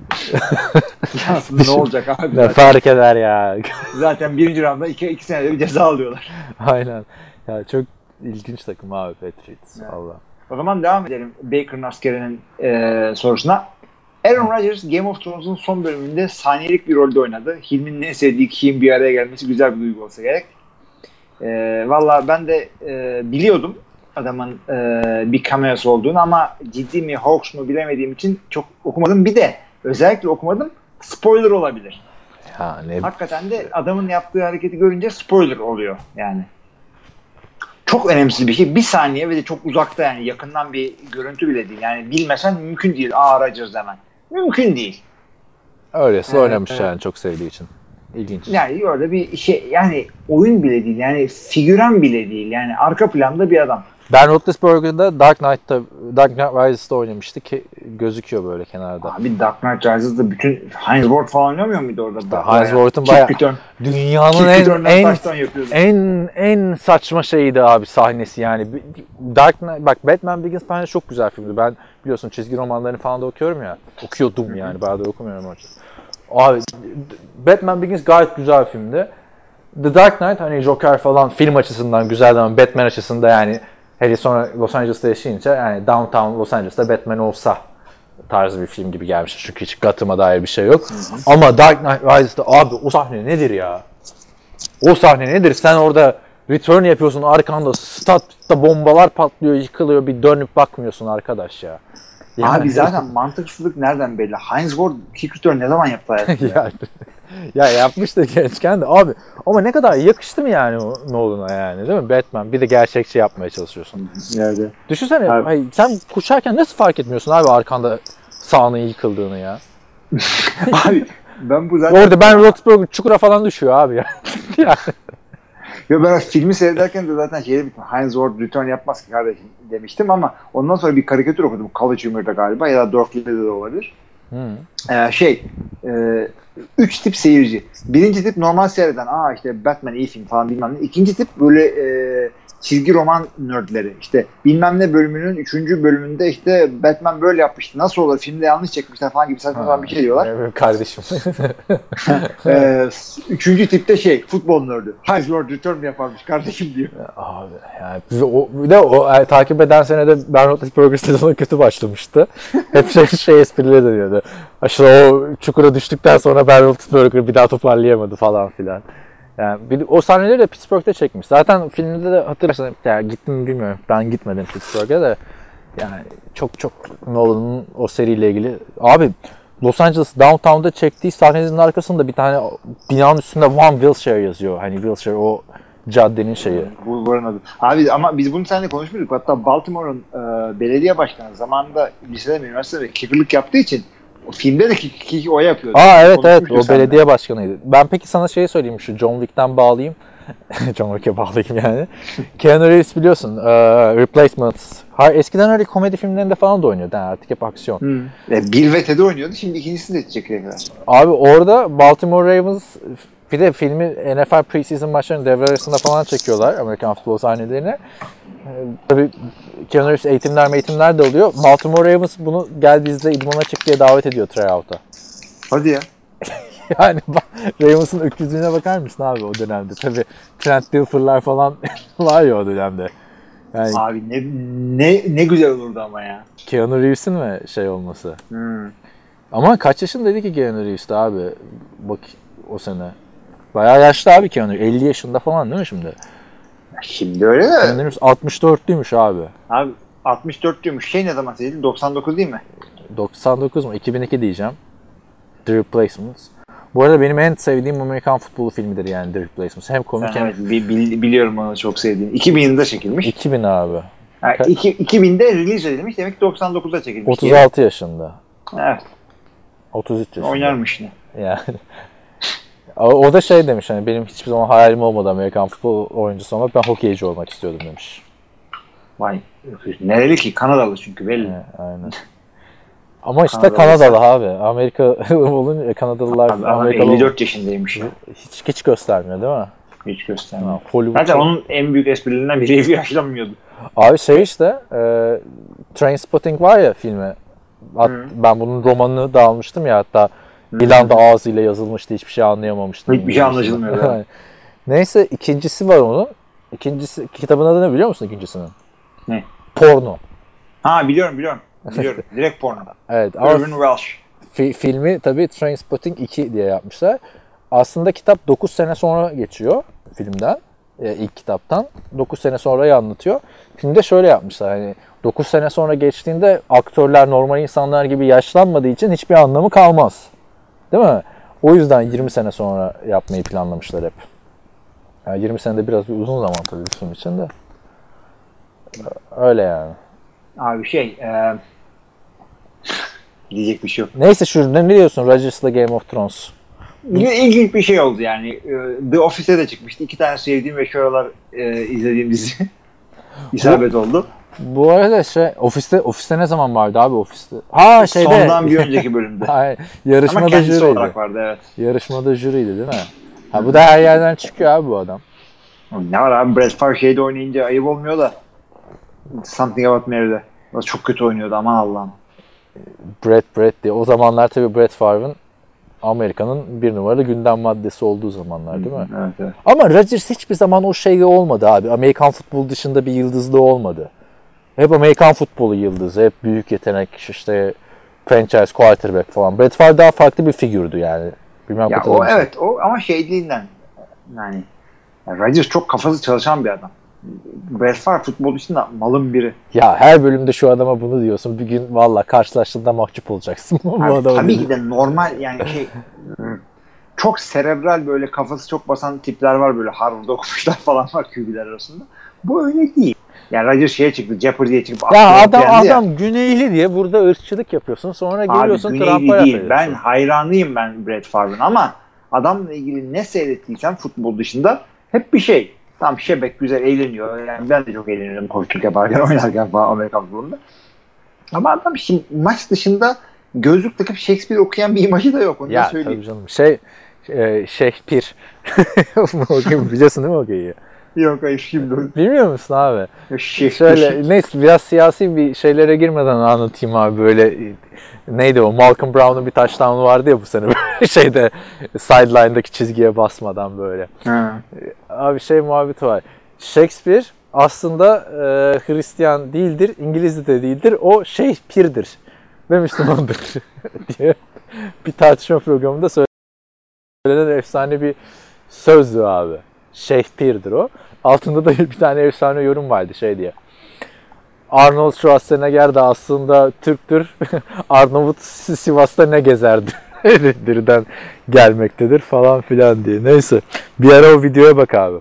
Yansın ne olacak abi? Ne fark eder ya. Zaten birinci roundda iki, iki senede bir ceza alıyorlar. Aynen. Ya çok ilginç takım abi Patriots. Evet. Allah. O zaman devam edelim Baker'ın askerinin e, sorusuna. Aaron Rodgers Game of Thrones'un son bölümünde saniyelik bir rolde oynadı. Hilmi'nin en sevdiği kişinin bir araya gelmesi güzel bir duygu olsa gerek. E, Valla ben de e, biliyordum adamın e, bir cameo'su olduğunu ama ciddi mi hoax mu bilemediğim için çok okumadım. Bir de özellikle okumadım. Spoiler olabilir. Ha, ne? Hakikaten de adamın yaptığı hareketi görünce spoiler oluyor yani. Çok önemsiz bir şey. Bir saniye ve de çok uzakta yani yakından bir görüntü bile değil. Yani bilmesen mümkün değil. Aa Rodgers hemen. Mümkün değil. Öylesi Evet, oynamış evet. yani çok sevdiği için. İlginç. Yani orada bir şey yani oyun bile değil. Yani figüran bile değil. Yani arka planda bir adam. Ben Roethlisberger'da Dark Knight'ta Dark Knight Rises'da oynamıştı ki gözüküyor böyle kenarda. Abi Dark Knight Rises'da bütün Hines Ward falan oynamıyor muydu orada? Hines Ward'un bayağı dünyanın en en, en en saçma şeydi abi sahnesi yani. Dark Knight bak Batman Begins bence çok güzel filmdi. Ben biliyorsun çizgi romanlarını falan da okuyorum ya. Okuyordum yani. Bayağı da okumuyorum artık. Abi Batman Begins gayet güzel bir filmdi. The Dark Knight hani Joker falan film açısından güzeldi ama Batman açısından yani hele sonra Los Angeles'ta yaşayınca yani Downtown Los Angeles'ta Batman olsa tarzı bir film gibi gelmişti. Çünkü hiç Gotham'a dair bir şey yok. Hı hı. Ama Dark Knight Rises'da abi o sahne nedir ya? O sahne nedir? Sen orada return yapıyorsun arkanda statta bombalar patlıyor, yıkılıyor bir dönüp bakmıyorsun arkadaş ya. Yani abi zaten mantıksızlık nereden belli? Hines Ward kick return ne zaman yaptı hayatında? yani. Ya yapmıştı gençken de abi. Ama ne kadar yakıştı mı yani o Nolan'a yani değil mi? Batman. Bir de gerçekçi yapmaya çalışıyorsun. Nerede? Düşünsene Abi. ay, sen koşarken nasıl fark etmiyorsun abi arkanda sağının yıkıldığını ya. Abi ben bu zaten... Orada Ben Roethlisberger çukura falan düşüyor abi ya. yani. Yo, ben filmi seyrederken de zaten şeyde bittim. Heinz Ward return yapmaz ki kardeşim demiştim ama ondan sonra bir karikatür okudum. College Humor'da galiba ya da Dorkly'de de olabilir. Hmm. Ee, şey e, üç tip seyirci. Birinci tip normal seyreden. Aa işte Batman iyi film falan bilmem ne. İkinci tip böyle e, çizgi roman nerdleri. İşte bilmem ne bölümünün üçüncü bölümünde işte Batman böyle yapmıştı. Nasıl olur? Filmde yanlış çekmişler falan gibi saçma sapan bir şey diyorlar. Benim kardeşim. ee, üçüncü tipte şey futbol nerdi. Heinz Ward return yaparmış kardeşim diyor. Abi yani bir, o, bir de o yani, takip eden senede Ben Roethlisberger sezonu kötü başlamıştı. Hep şey, şey esprileri dönüyordu. Aşırı o çukura düştükten sonra Ben Roethlisberger bir daha toparlayamadı falan filan. Yani bir, o sahneleri de Pittsburgh'te çekmiş. Zaten filmde de hatırlarsan yani gittim mi bilmiyorum. Ben gitmedim Pittsburgh'e de. Yani çok çok Nolan'ın o seriyle ilgili. Abi Los Angeles Downtown'da çektiği sahnelerin arkasında bir tane binanın üstünde One Wilshire yazıyor. Hani Wilshire o caddenin şeyi. Bu buranın adı. Abi ama biz bunu seninle konuşmuştuk. Hatta Baltimore'un e, belediye başkanı zamanında lisede, üniversitede kicker'lık yaptığı için o filmde de kick, kick o yapıyordu. Aa evet evet o seninle. belediye başkanıydı. Ben peki sana şeyi söyleyeyim şu John Wick'ten bağlayayım. John Wick'e bağlayayım yani. Keanu Reeves biliyorsun e, Replacements. Ha, eskiden öyle komedi filmlerinde falan da oynuyordu yani artık hep aksiyon. Hmm. E, Bill ve Ted'i oynuyordu. Şimdi ikincisini de çekecekler. Abi orada Baltimore Ravens bir de filmi N F L preseason maçlarının devre arasında falan çekiyorlar Amerikan futbol sahnelerini. Ee, tabii Keanu Reeves eğitimler eğitimler de oluyor. Baltimore Ravens bunu gel bizle idmana çık diye davet ediyor tryout'a. Hadi ya. Yani Ravens'ın öküzlüğüne bakar mısın abi o dönemde? Tabii Trent Dilfer'lar falan var ya o dönemde. Yani Abi ne ne ne güzel olurdu ama ya. Keanu Reeves'in mi şey olması? Hmm. Ama kaç yaşındaydı ki Keanu Reeves'te abi? Bak o sene. Bayağı yaşlı abi Keanu. elli yaşında falan değil mi şimdi? Şimdi öyle de. Keanu Reeves altmış dörtlüymüş abi. Abi altmış dört diyormuş. Şey ne zaman seçildi? doksan dokuz değil mi? doksan dokuz mu? iki bin iki diyeceğim. The Replacements. Bu arada benim en sevdiğim Amerikan futbolu filmidir yani The Replacements. Hem komik hem... Evet, bi- bi- biliyorum onu çok sevdiğini. iki bin yılında çekilmiş. iki bin abi. Ha, iki- iki binde release edilmiş. Demek ki doksan dokuzda çekilmiş. otuz altı yaşında. Evet. otuz üç yaşında. Oynarmış ne? Yani. O, o da şey demiş hani benim hiçbir zaman hayalim olmadı Amerikan futbol oyuncusu olmak. Ben hokeyci olmak istiyordum demiş. Vay. Nereli ki? Kanadalı çünkü belli. Evet, aynen. Ama işte Kanadalı Kanadalı abi. Amerika olunca Kanadalılar Abi, Amerikalı elli dört yaşındaymış ya. hiç hiç göstermiyor değil mi? Hiç göstermiyor. Ha, Hollywood Zaten çok- onun en büyük esprilerinden biri evi yaşlanmıyordu. Abi şey işte e, Trainspotting var ya filmi. Hat- Hı. ben bunun romanını da almıştım ya hatta İrlanda ağzıyla yazılmıştı. Hiçbir şey anlayamamıştım. Hiçbir şey anlaşılmıyor ya. Neyse ikincisi var onun. İkincisi kitabın adı ne biliyor musun ikincisinin? Ne? Porno. Ha biliyorum biliyorum. Biliyorum. Direkt porno. Evet ama Irvin Welsh. fi- filmi tabii Trainspotting iki diye yapmışlar. Aslında kitap dokuz sene sonra geçiyor filmden. E, ilk kitaptan. dokuz sene sonrayı anlatıyor. Filmde şöyle yapmışlar hani dokuz sene sonra geçtiğinde aktörler normal insanlar gibi yaşlanmadığı için hiçbir anlamı kalmaz. Değil mi? O yüzden yirmi sene sonra yapmayı planlamışlar hep. Yani yirmi senede biraz bir uzun zaman tabii bir film için de. Öyle yani. Abi şey e... diyecek bir şey yok. Neyse şu ne diyorsun Rodgers'la Game of Thrones? Yine ilginç bir şey oldu yani. E, The Office'e de çıkmıştı. İki tane sevdiğim ve şu aralar e, izlediğim dizi. İsabet oldu. Bu arada şey ofiste ofiste ne zaman vardı abi ofiste? Ha şeyde. Sondan bir önceki bölümde. Hayır, Ama yarışmada kendisi jüriydi. olarak vardı evet. Yarışmada jüriydi değil mi? Ha bu da her yerden çıkıyor abi bu adam. Ne var abi Brad Favre şeyde oynayınca ayıp olmuyor da. Something About Mary'de. O çok kötü oynuyordu aman Allah'ım. Brad Brad diye. O zamanlar tabii Brad Favre'ın Amerika'nın bir numaralı gündem maddesi olduğu zamanlar değil mi? Evet, evet. Ama Rodgers hiçbir zaman o şey olmadı abi. Amerikan futbolu dışında bir yıldızlığı olmadı. Hep Amerikan futbolu yıldızı. Hep büyük yetenek işte franchise quarterback falan. Brad Favre daha farklı bir figürdü yani. Bilmem Ya katılır o mısın? evet o ama şeyliğinden yani, yani Rodgers çok kafası çalışan bir adam. Brad Favre futbol dışında malın biri. Ya her bölümde şu adama bunu diyorsun. Bir gün valla karşılaştığında mahcup olacaksın. Bu Abi, adama tabii dedi. ki de normal yani şey çok serebral böyle kafası çok basan tipler var böyle Harvard'da okumuşlar falan var Q B'ler arasında. Bu öyle değil. Yani Rodgers şeye çıktı, Jeopardy'ye çıkıp ya adam ya. adam Güneyli diye burada ırkçılık yapıyorsun. Sonra geliyorsun Abi Trump'a Güneyli laf değil. ediyorsun. Ben hayranıyım ben Brett Favre'ın ama adamla ilgili ne seyrettiysen futbol dışında hep bir şey. Tam şebek güzel eğleniyor. Yani ben de çok eğleniyorum koçluk yaparken, oynarken falan Amerikan futbolunda. Ama adam şimdi maç dışında gözlük takıp Shakespeare okuyan bir imajı da yok. Onu ya da söyleyeyim. tabii canım. Şey e, Shakespeare. Biliyorsun değil mi o geyiği? Yok hayır şimdi. Bilmiyor musun abi? Shakespeare. Şöyle neyse biraz siyasi bir şeylere girmeden anlatayım abi böyle neydi o Malcolm Brown'un bir touchdown'u vardı ya bu sene böyle şeyde sideline'daki çizgiye basmadan böyle. Ha. Abi şey muhabbeti var. Shakespeare aslında e, Hristiyan değildir, İngiliz de değildir. O Shakespeare'dir ve Müslümandır diye bir tartışma programında söylenen efsane bir sözdü abi. Shakespeare'dir o. Altında da bir tane efsane yorum vardı şey diye. Arnold Schwarzenegger de aslında Türktür. Arnavut Sivas'ta ne gezerdi? Dirden gelmektedir falan filan diye. Neyse. Bir ara o videoya bak abi.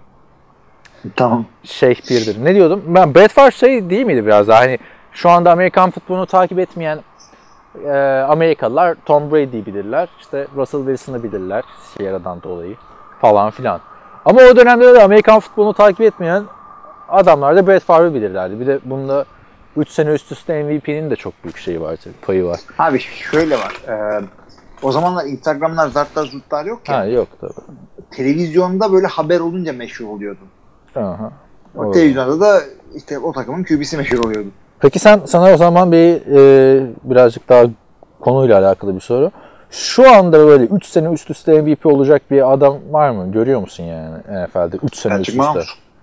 Tamam. Shakespeare'dir. Ne diyordum? Ben Brett Favre şey değil miydi biraz daha? Hani şu anda Amerikan futbolunu takip etmeyen e, Amerikalılar Tom Brady'yi bilirler. İşte Russell Wilson'ı bilirler. Sierra'dan dolayı falan filan. Ama o dönemde de Amerikan futbolunu takip etmeyen adamlar da Brett Favre'ı bilirlerdi. Bir de bunda üç sene üst üste M V P'nin de çok büyük şeyi var, payı var. Abi şöyle var. E, o zamanlar Instagram'lar, zartlar, zurtlar yok ya. Ha yok tabii. Televizyonda böyle haber olunca meşhur oluyordun. Aha. O o televizyonda da işte o takımın Q B'si meşhur oluyordu. Peki sen sana o zaman bir e, birazcık daha konuyla alakalı bir soru. Şu anda böyle üç sene üst üste M V P olacak bir adam var mı? Görüyor musun yani N F L'de üç sene üst üste?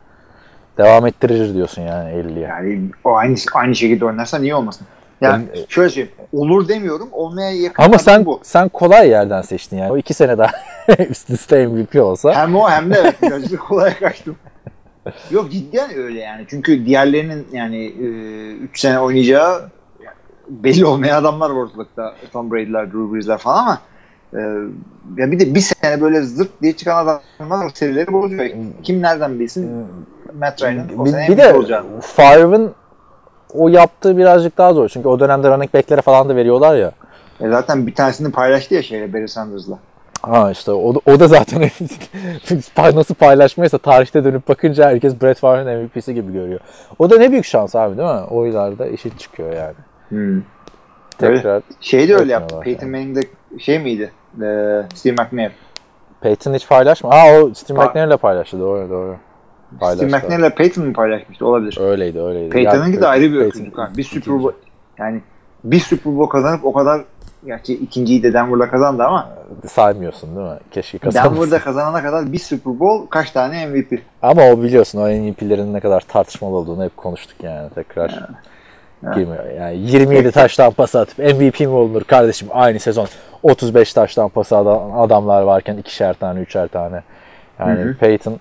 Devam ettirir diyorsun yani elliye. Yani o aynı aynı şekilde oynarsa niye olmasın? Yani ben, şöyle söyleyeyim. Olur demiyorum. Olmaya yakın. Ama sen bu. sen kolay yerden seçtin yani. O iki sene daha üst üste M V P olsa. Hem o hem de evet. Birazcık kolay kaçtım. Yok cidden öyle yani. Çünkü diğerlerinin yani üç sene oynayacağı belli olmayan adamlar var ortalıkta. Tom Brady'ler, Drew Brees'ler falan ama e, ya bir de bir sene böyle zırt diye çıkan adamlar serileri bozuyor. Kim nereden bilsin Matt Ryan'ın o bir, sene bir de olacağını. Favre'ın o yaptığı birazcık daha zor. Çünkü o dönemde running back'lere falan da veriyorlar ya. E zaten bir tanesini paylaştı ya şeyle Barry Sanders'la. Ha işte o da, o da zaten nasıl paylaşmaysa tarihte dönüp bakınca herkes Brett Favre'ın M V P'si gibi görüyor. O da ne büyük şans abi değil mi? Oylarda işin çıkıyor yani. Hmm. Tekrar. Şey de öyle yaptı. Peyton Manning'de şey miydi? Ee, Steve McNair. Peyton hiç paylaşma. Aa o Steve pa- McNair'le paylaştı. Doğru doğru. Paylaştı. Steve McNair'le Peyton mi paylaşmıştı? Olabilir. Öyleydi öyleydi. Peyton'ınki yani, de ayrı bir öykücük. Bir Super Bowl yani bir Super Bowl kazanıp o kadar gerçi ikinciyi de Denver'la kazandı ama saymıyorsun değil mi? Keşke kazanmasın. Denver'da kazanana kadar bir Super Bowl kaç tane M V P? Ama o biliyorsun o M V P'lerin ne kadar tartışmalı olduğunu hep konuştuk yani tekrar. Yani. Girmiyor. Yani yirmi yedi taştan pas atıp M V P mi olunur kardeşim aynı sezon otuz beş taştan pas atan adamlar varken ikişer tane, üçer tane. Yani hı hı. Peyton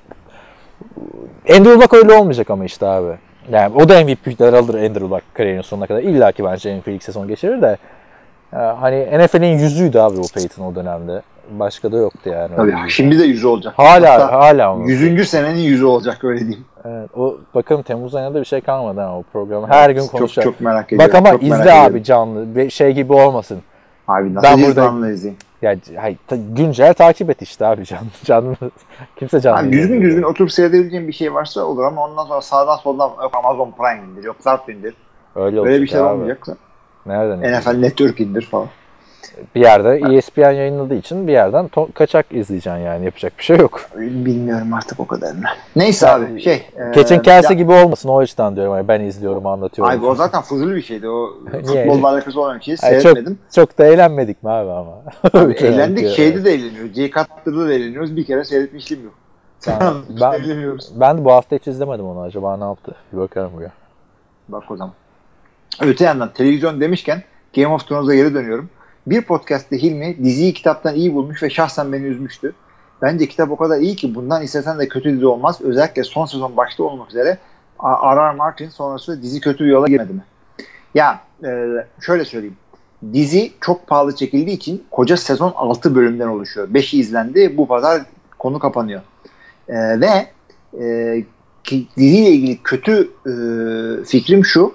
Andrew Luck öyle olmayacak ama işte abi. Yani o da M V P'ler alır Andrew Luck kariyerinin sonuna kadar. İlla ki bence M V P'lik sezon geçirir de hani N F L'in yüzüydü abi o Peyton o dönemde. Başka da yoktu yani. Tabii şimdi de yüzü olacak. Hala hatta hala onu. yüzüncü senenin yüzü olacak öyle diyeyim. Evet, o bakalım Temmuz ayında bir şey kalmadı ha o programı. Her gün konuşacak. Çok çok merak ediyorum. Bak ama çok izle abi canlı. Bir şey gibi olmasın. Abi nasıl ben canlı izleyeyim? Ya hayır, ta, güncel takip et işte abi canlı. Canlı kimse canlı. Abi düzgün düzgün oturup seyredebileceğim bir şey varsa olur ama ondan sonra sağdan soldan yok Amazon Prime indir, yok Zart indir. Öyle Böyle bir şey olmayacaksa. Nereden? N F L Network indir falan. Bir yerde E S P N yayınladığı için bir yerden to- kaçak izleyeceksin yani yapacak bir şey yok. Bilmiyorum artık o kadarını. Neyse yani, abi şey. Geçen Kelsey gibi olmasın o açıdan diyorum yani ben izliyorum anlatıyorum. Abi o zaten fuzuli bir şeydi o futbolla alakası olan bir şey seyretmedim. Çok, çok da eğlenmedik mi abi ama. Abi eğlendik şeyde de eğleniyoruz. Jay Cutler'da da eğleniyoruz bir kere seyretmişliğim yok. Yani, ben, ben de bu hafta hiç izlemedim onu acaba ne yaptı bir bakarım buraya. Bak o zaman. Öte yandan televizyon demişken Game of Thrones'a geri dönüyorum. Bir podcast'te Hilmi diziyi kitaptan iyi bulmuş ve şahsen beni üzmüştü. Bence kitap o kadar iyi ki bundan istesen de kötü dizi olmaz. Özellikle son sezon başta olmak üzere R R. Martin sonrası dizi kötü bir yola girmedi mi? Ya e, şöyle söyleyeyim. dizi çok pahalı çekildiği için koca sezon altı bölümden oluşuyor. beşi izlendi. Bu pazar konu kapanıyor. Ee, ve e, diziyle ilgili kötü e, fikrim şu.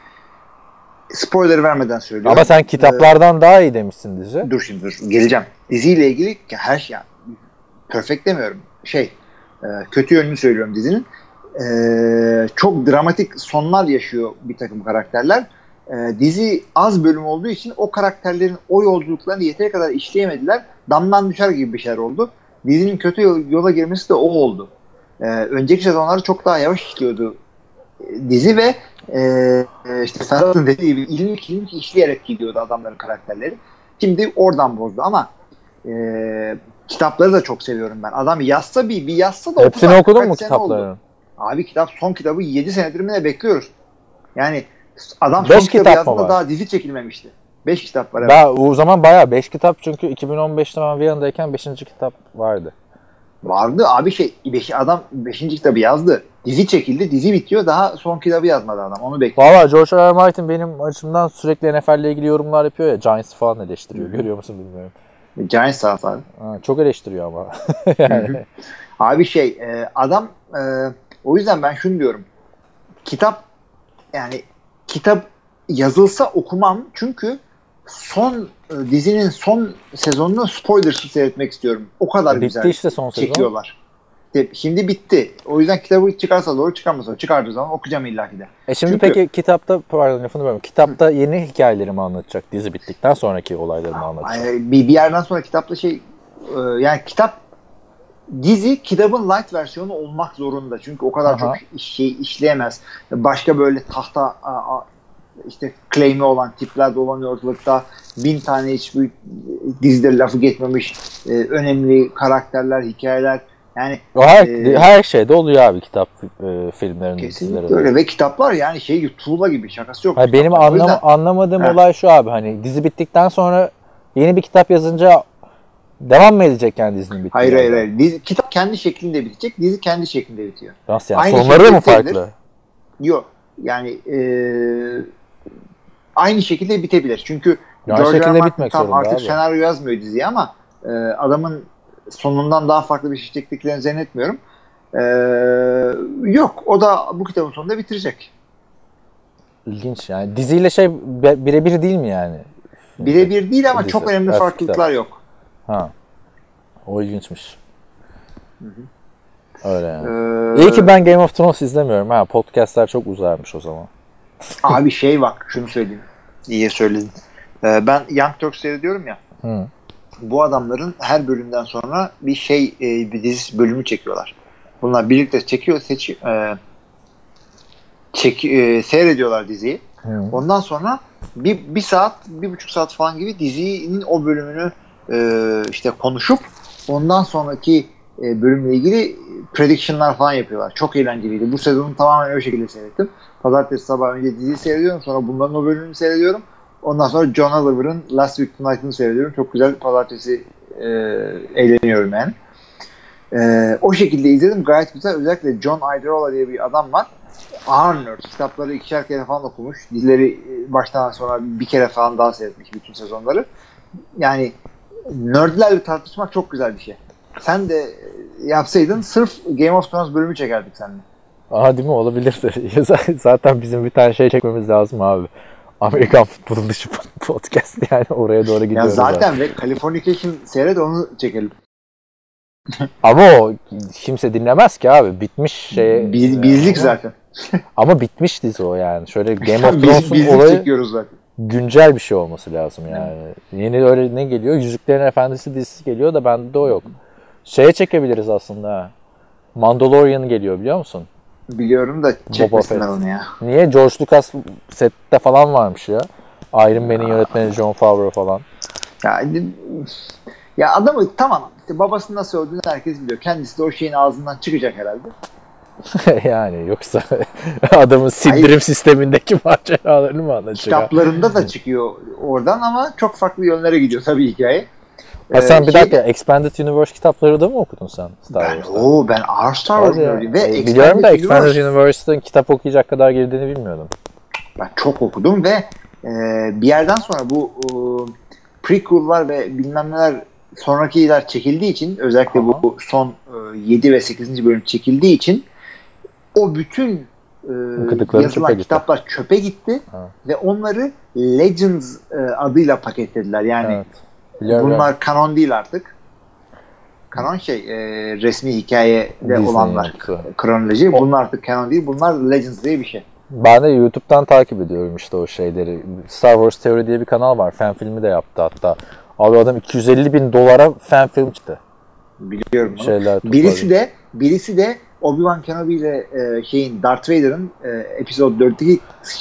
Spoiler vermeden söylüyorum. Ama sen kitaplardan ee, daha iyi demişsin dizi. Dur şimdi dur. Geleceğim. Diziyle ilgili her şey, yani, perfect demiyorum. Şey, e, kötü yönünü söylüyorum dizinin. E, çok dramatik sonlar yaşıyor bir takım karakterler. E, dizi az bölüm olduğu için o karakterlerin o yolculuklarını yeteri kadar işleyemediler. Damdan düşer gibi bir şeyler oldu. Dizinin kötü yola girmesi de o oldu. E, önceki sezonlarda çok daha yavaş işliyordu e, dizi ve e, işte Ferhat'ın dediği gibi ilmik ilmik işleyerek gidiyordu adamların karakterleri. Şimdi oradan bozdu ama e, kitapları da çok seviyorum ben. Adam yazsa bir, bir yazsa da hepsini okudun mu kitapları? Abi kitap son kitabı yedi senedir mi ne bekliyoruz. Yani adam son kitabı yazdığında daha dizi çekilmemişti. beş kitap var. Daha, o zaman bayağı beş kitap çünkü iki bin on beşte ben Viyana'dayken beşinci kitap vardı. Vardı abi şey beş, adam beşinci kitabı yazdı. Dizi çekildi. Dizi bitiyor. Daha son kitabı yazmadı adam. Onu bekliyor. Valla George R. R. Martin benim açımdan sürekli N F L ile ilgili yorumlar yapıyor ya. Giants falan eleştiriyor. Hı-hı. Görüyor musun bilmiyorum. Giants sağ abi. Ha, çok eleştiriyor ama. Yani. Abi şey e, adam e, o yüzden ben şunu diyorum. Kitap yani kitap yazılsa okumam çünkü son e, dizinin son sezonunu spoilersız seyretmek istiyorum. O kadar bitti güzel işte son çekiyorlar. Sezon. Şimdi bitti. O yüzden kitabı çıkarsa doğru çıkarmasa çıkardığı zaman okuyacağım illaki de. E şimdi çünkü, peki kitapta pardon lafını bölüyorum. Kitapta yeni hikayeleri mi anlatacak dizi bittikten sonraki olayları mı anlatacak? Bir, bir yerden sonra kitapta şey e, yani kitap dizi kitabın light versiyonu olmak zorunda. Çünkü o kadar Aha. çok şey işleyemez. Başka böyle tahta a, a, işte claim'i olan tipler dolanıyor ortalıkta. Bin tane hiçbir dizide lafı geçmemiş e, önemli karakterler, hikayeler. Yani her, e, her şeyde oluyor abi kitap e, filmlerinde. Kesinlikle öyle ve kitaplar yani şey gibi tuğla gibi şakası yok. Hayır, benim anlam- yüzden, anlamadığım he. olay şu abi hani dizi bittikten sonra yeni bir kitap yazınca devam mı edecek yani dizinin bittiği? Hayır hayır hayır. Dizi, kitap kendi şeklinde bitecek. Dizi kendi şeklinde bitiyor. Nasıl yani? Aynı sonları mı farklı? Yok. Yani e, aynı şekilde bitebilir. Çünkü aynı şekilde bitmek tam zorunda artık abi. senaryo yazmıyor diziye ama e, adamın sonundan daha farklı bir şey çektiklerini zannetmiyorum. E, yok. O da bu kitabın sonunda bitirecek. İlginç yani. Diziyle şey birebir değil mi yani? Birebir değil ama dizi, çok önemli farklılıklar yok. Ha. O ilginçmiş. Hı hı. Öyle yani. Ee, İyi ki ben Game of Thrones izlemiyorum. Ha, podcastler çok uzarmış o zaman. Abi şey bak şunu söyleyeyim. İyi söyledin. Ee, ben Young Turks seyrediyorum ya. Hı. Bu adamların her bölümden sonra bir şey e, bir dizi bölümü çekiyorlar. Bunlar birlikte çekiyor, seçiyor, e, çek, e, seyrediyorlar diziyi. Hı. Ondan sonra bir, bir saat, bir buçuk saat falan gibi dizinin o bölümünü e, işte konuşup ondan sonraki e, bölümle ilgili prediction'lar falan yapıyorlar. Çok eğlenceliydi. Bu sezonu tamamen öyle şekilde seyrettim. Pazartesi sabah önce diziyi seyrediyorum. Sonra bunların o bölümünü seyrediyorum. Ondan sonra John Oliver'ın Last Week Tonight'ını seyrediyorum. Çok güzel pazartesi e, eğleniyorum yani. E, o şekilde izledim. Gayet güzel. Özellikle John Iadarola diye bir adam var. Ağır nerd. Kitapları ikişer kere falan okumuş. Dizileri baştan sonra bir kere falan daha seyretmiş bütün sezonları. Yani nerdlerle tartışmak çok güzel bir şey. Sen de yapsaydın sırf Game of Thrones bölümü çekerdik seninle. Aha değil mi? Olabilirdi. Zaten bizim bir tane şey çekmemiz lazım abi. Amerikan futbolu dışı podcast yani oraya doğru gidiyoruz. Ya zaten abi. Ve Californication seyret onu çekelim. Ama o kimse dinlemez ki abi. Bitmiş şey. Biz, bizlik zaten. Ama bitmiş dizi o yani. Şöyle Game of Thrones'un olayı zaten. Güncel bir şey olması lazım yani. Hmm. Yeni öyle ne geliyor? Yüzüklerin Efendisi dizisi geliyor da bende de o yok. Şeye çekebiliriz aslında. Mandalorian geliyor biliyor musun? Biliyorum da çekmesinler onu ya. Niye? George Lucas sette falan varmış ya. Iron Man'in yönetmeni Jon Favreau falan. Ya, ya adamı tamam. İşte babasının nasıl öldüğünü herkes biliyor. Kendisi de o şeyin ağzından çıkacak herhalde. Yani yoksa adamın sindirim Hayır. sistemindeki maceralarını mı anlatacak? Kitaplarında da çıkıyor oradan ama çok farklı yönlere gidiyor tabii hikaye. Ha, sen ee, bir şey, dakika Expanded Universe kitapları da mı okudun sen Star ben, Wars'ta? Oo, ben ağır Star Wars gördüm. Ve e, biliyorum da Expanded Universe'ın kitap okuyacak kadar girdiğini bilmiyordum. Ben çok okudum ve bir yerden sonra bu e, prequel'lar ve bilmem neler sonrakiler çekildiği için özellikle Aha. bu son e, yedi ve sekizinci bölüm çekildiği için o bütün e, yazılan çöpe kitaplar gitti. çöpe gitti ha. ve onları Legends e, adıyla paketlediler. Yani Evet. Biliyorum, bunlar biliyorum. kanon değil artık. Kanon şey e, resmi hikayede Disney olanlar. yaptı. Kronoloji. Bunlar artık kanon değil. Bunlar Legends diye bir şey. Ben de YouTube'dan takip ediyorum işte o şeyleri. Star Wars Theory diye bir kanal var. Fan filmi de yaptı hatta. Abi adam iki yüz elli bin dolara fan film çıktı. Biliyorum bunu. Şeyler birisi de birisi de Obi-Wan Kenobi ile e, şeyin Darth Vader'ın e, Episode dörtteki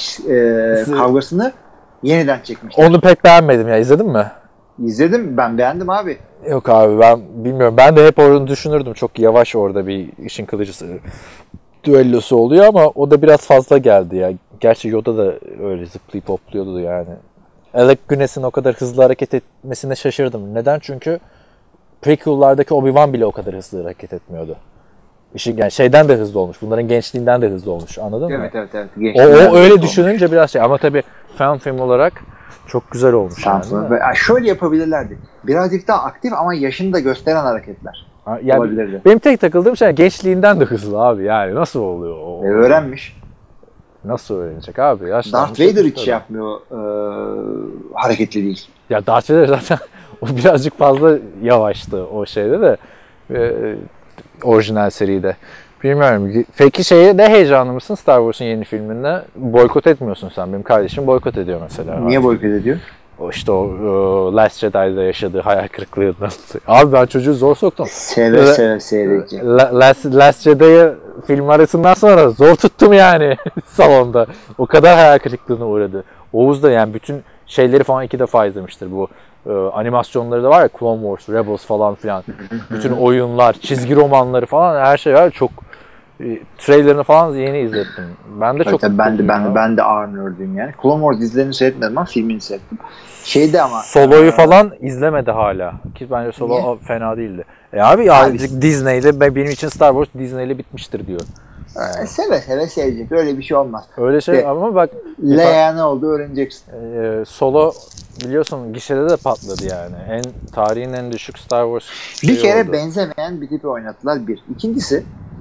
e, kavgasını yeniden çekmişler. Onu pek beğenmedim ya. İzledin mi? İzledim. Ben beğendim abi. Yok abi ben bilmiyorum. Ben de hep onu düşünürdüm. Çok yavaş orada bir işin kılıcısı düellosu oluyor ama o da biraz fazla geldi ya. Gerçi Yoda da öyle zıplayıp hopluyordu yani. Alec Guinness'in o kadar hızlı hareket etmesine şaşırdım. Neden? Çünkü prequel'lardaki Obi-Wan bile o kadar hızlı hareket etmiyordu. İşin yani şeyden de hızlı olmuş. Bunların gençliğinden de hızlı olmuş. Anladın Evet, mı? evet evet O, o öyle olmuş. düşününce biraz şey ama tabii fan film olarak çok güzel olmuş. Tamam, Yani, ve şöyle yapabilirlerdi. Birazcık daha aktif ama yaşını da gösteren hareketler. Ha, yani olabilirdi. benim tek takıldığım şey gençliğinden de hızlı abi. Yani nasıl oluyor o? E, öğrenmiş. Nasıl öğrenecek abi? Darth Vader hiç şey yapmıyor. E, hareketli değil. Ya Darth Vader zaten o birazcık fazla yavaştı o şeyde de e, orijinal seride. Bilmiyorum. Peki şeye de heyecanlı mısın Star Wars'un yeni filminde? Boykot etmiyorsun sen. Benim kardeşim boykot ediyor mesela. Niye boykot ediyor? O işte o uh, Last Jedi'da yaşadığı hayal kırıklığından. Abi ben çocuğu zor soktum. Seve La- seve seyredeceğim. La- Last, Last Jedi'yi film arasından sonra zor tuttum yani salonda. O kadar hayal kırıklığına uğradı. Oğuz da yani bütün şeyleri falan iki defa izlemiştir. Bu uh, animasyonları da var ya Clone Wars, Rebels falan filan. Bütün oyunlar, çizgi romanları falan her şey var. Çok e, trailerını falan yeni izlettim. Ben de Tabii çok tabii ben de mutluyum ben ya. de ben de ağır nerd'üm yani. Clone Wars dizilerini seyretmedim ama filmini seyrettim. Şeyde ama Solo'yu e, falan izlemedi hala. Ki bence Solo Niye? fena değildi. E abi ya Disney'le benim için Star Wars Disney'le bitmiştir diyor. e, seve seve seyredecek. Öyle bir şey olmaz. Öyle şey De- ama bak Leia ne oldu öğreneceksin. e, Solo biliyorsun gişede de patladı yani. En tarihin en düşük Star Wars Bir şeyi kere oldu. benzemeyen bir tipi oynattılar bir. İkincisi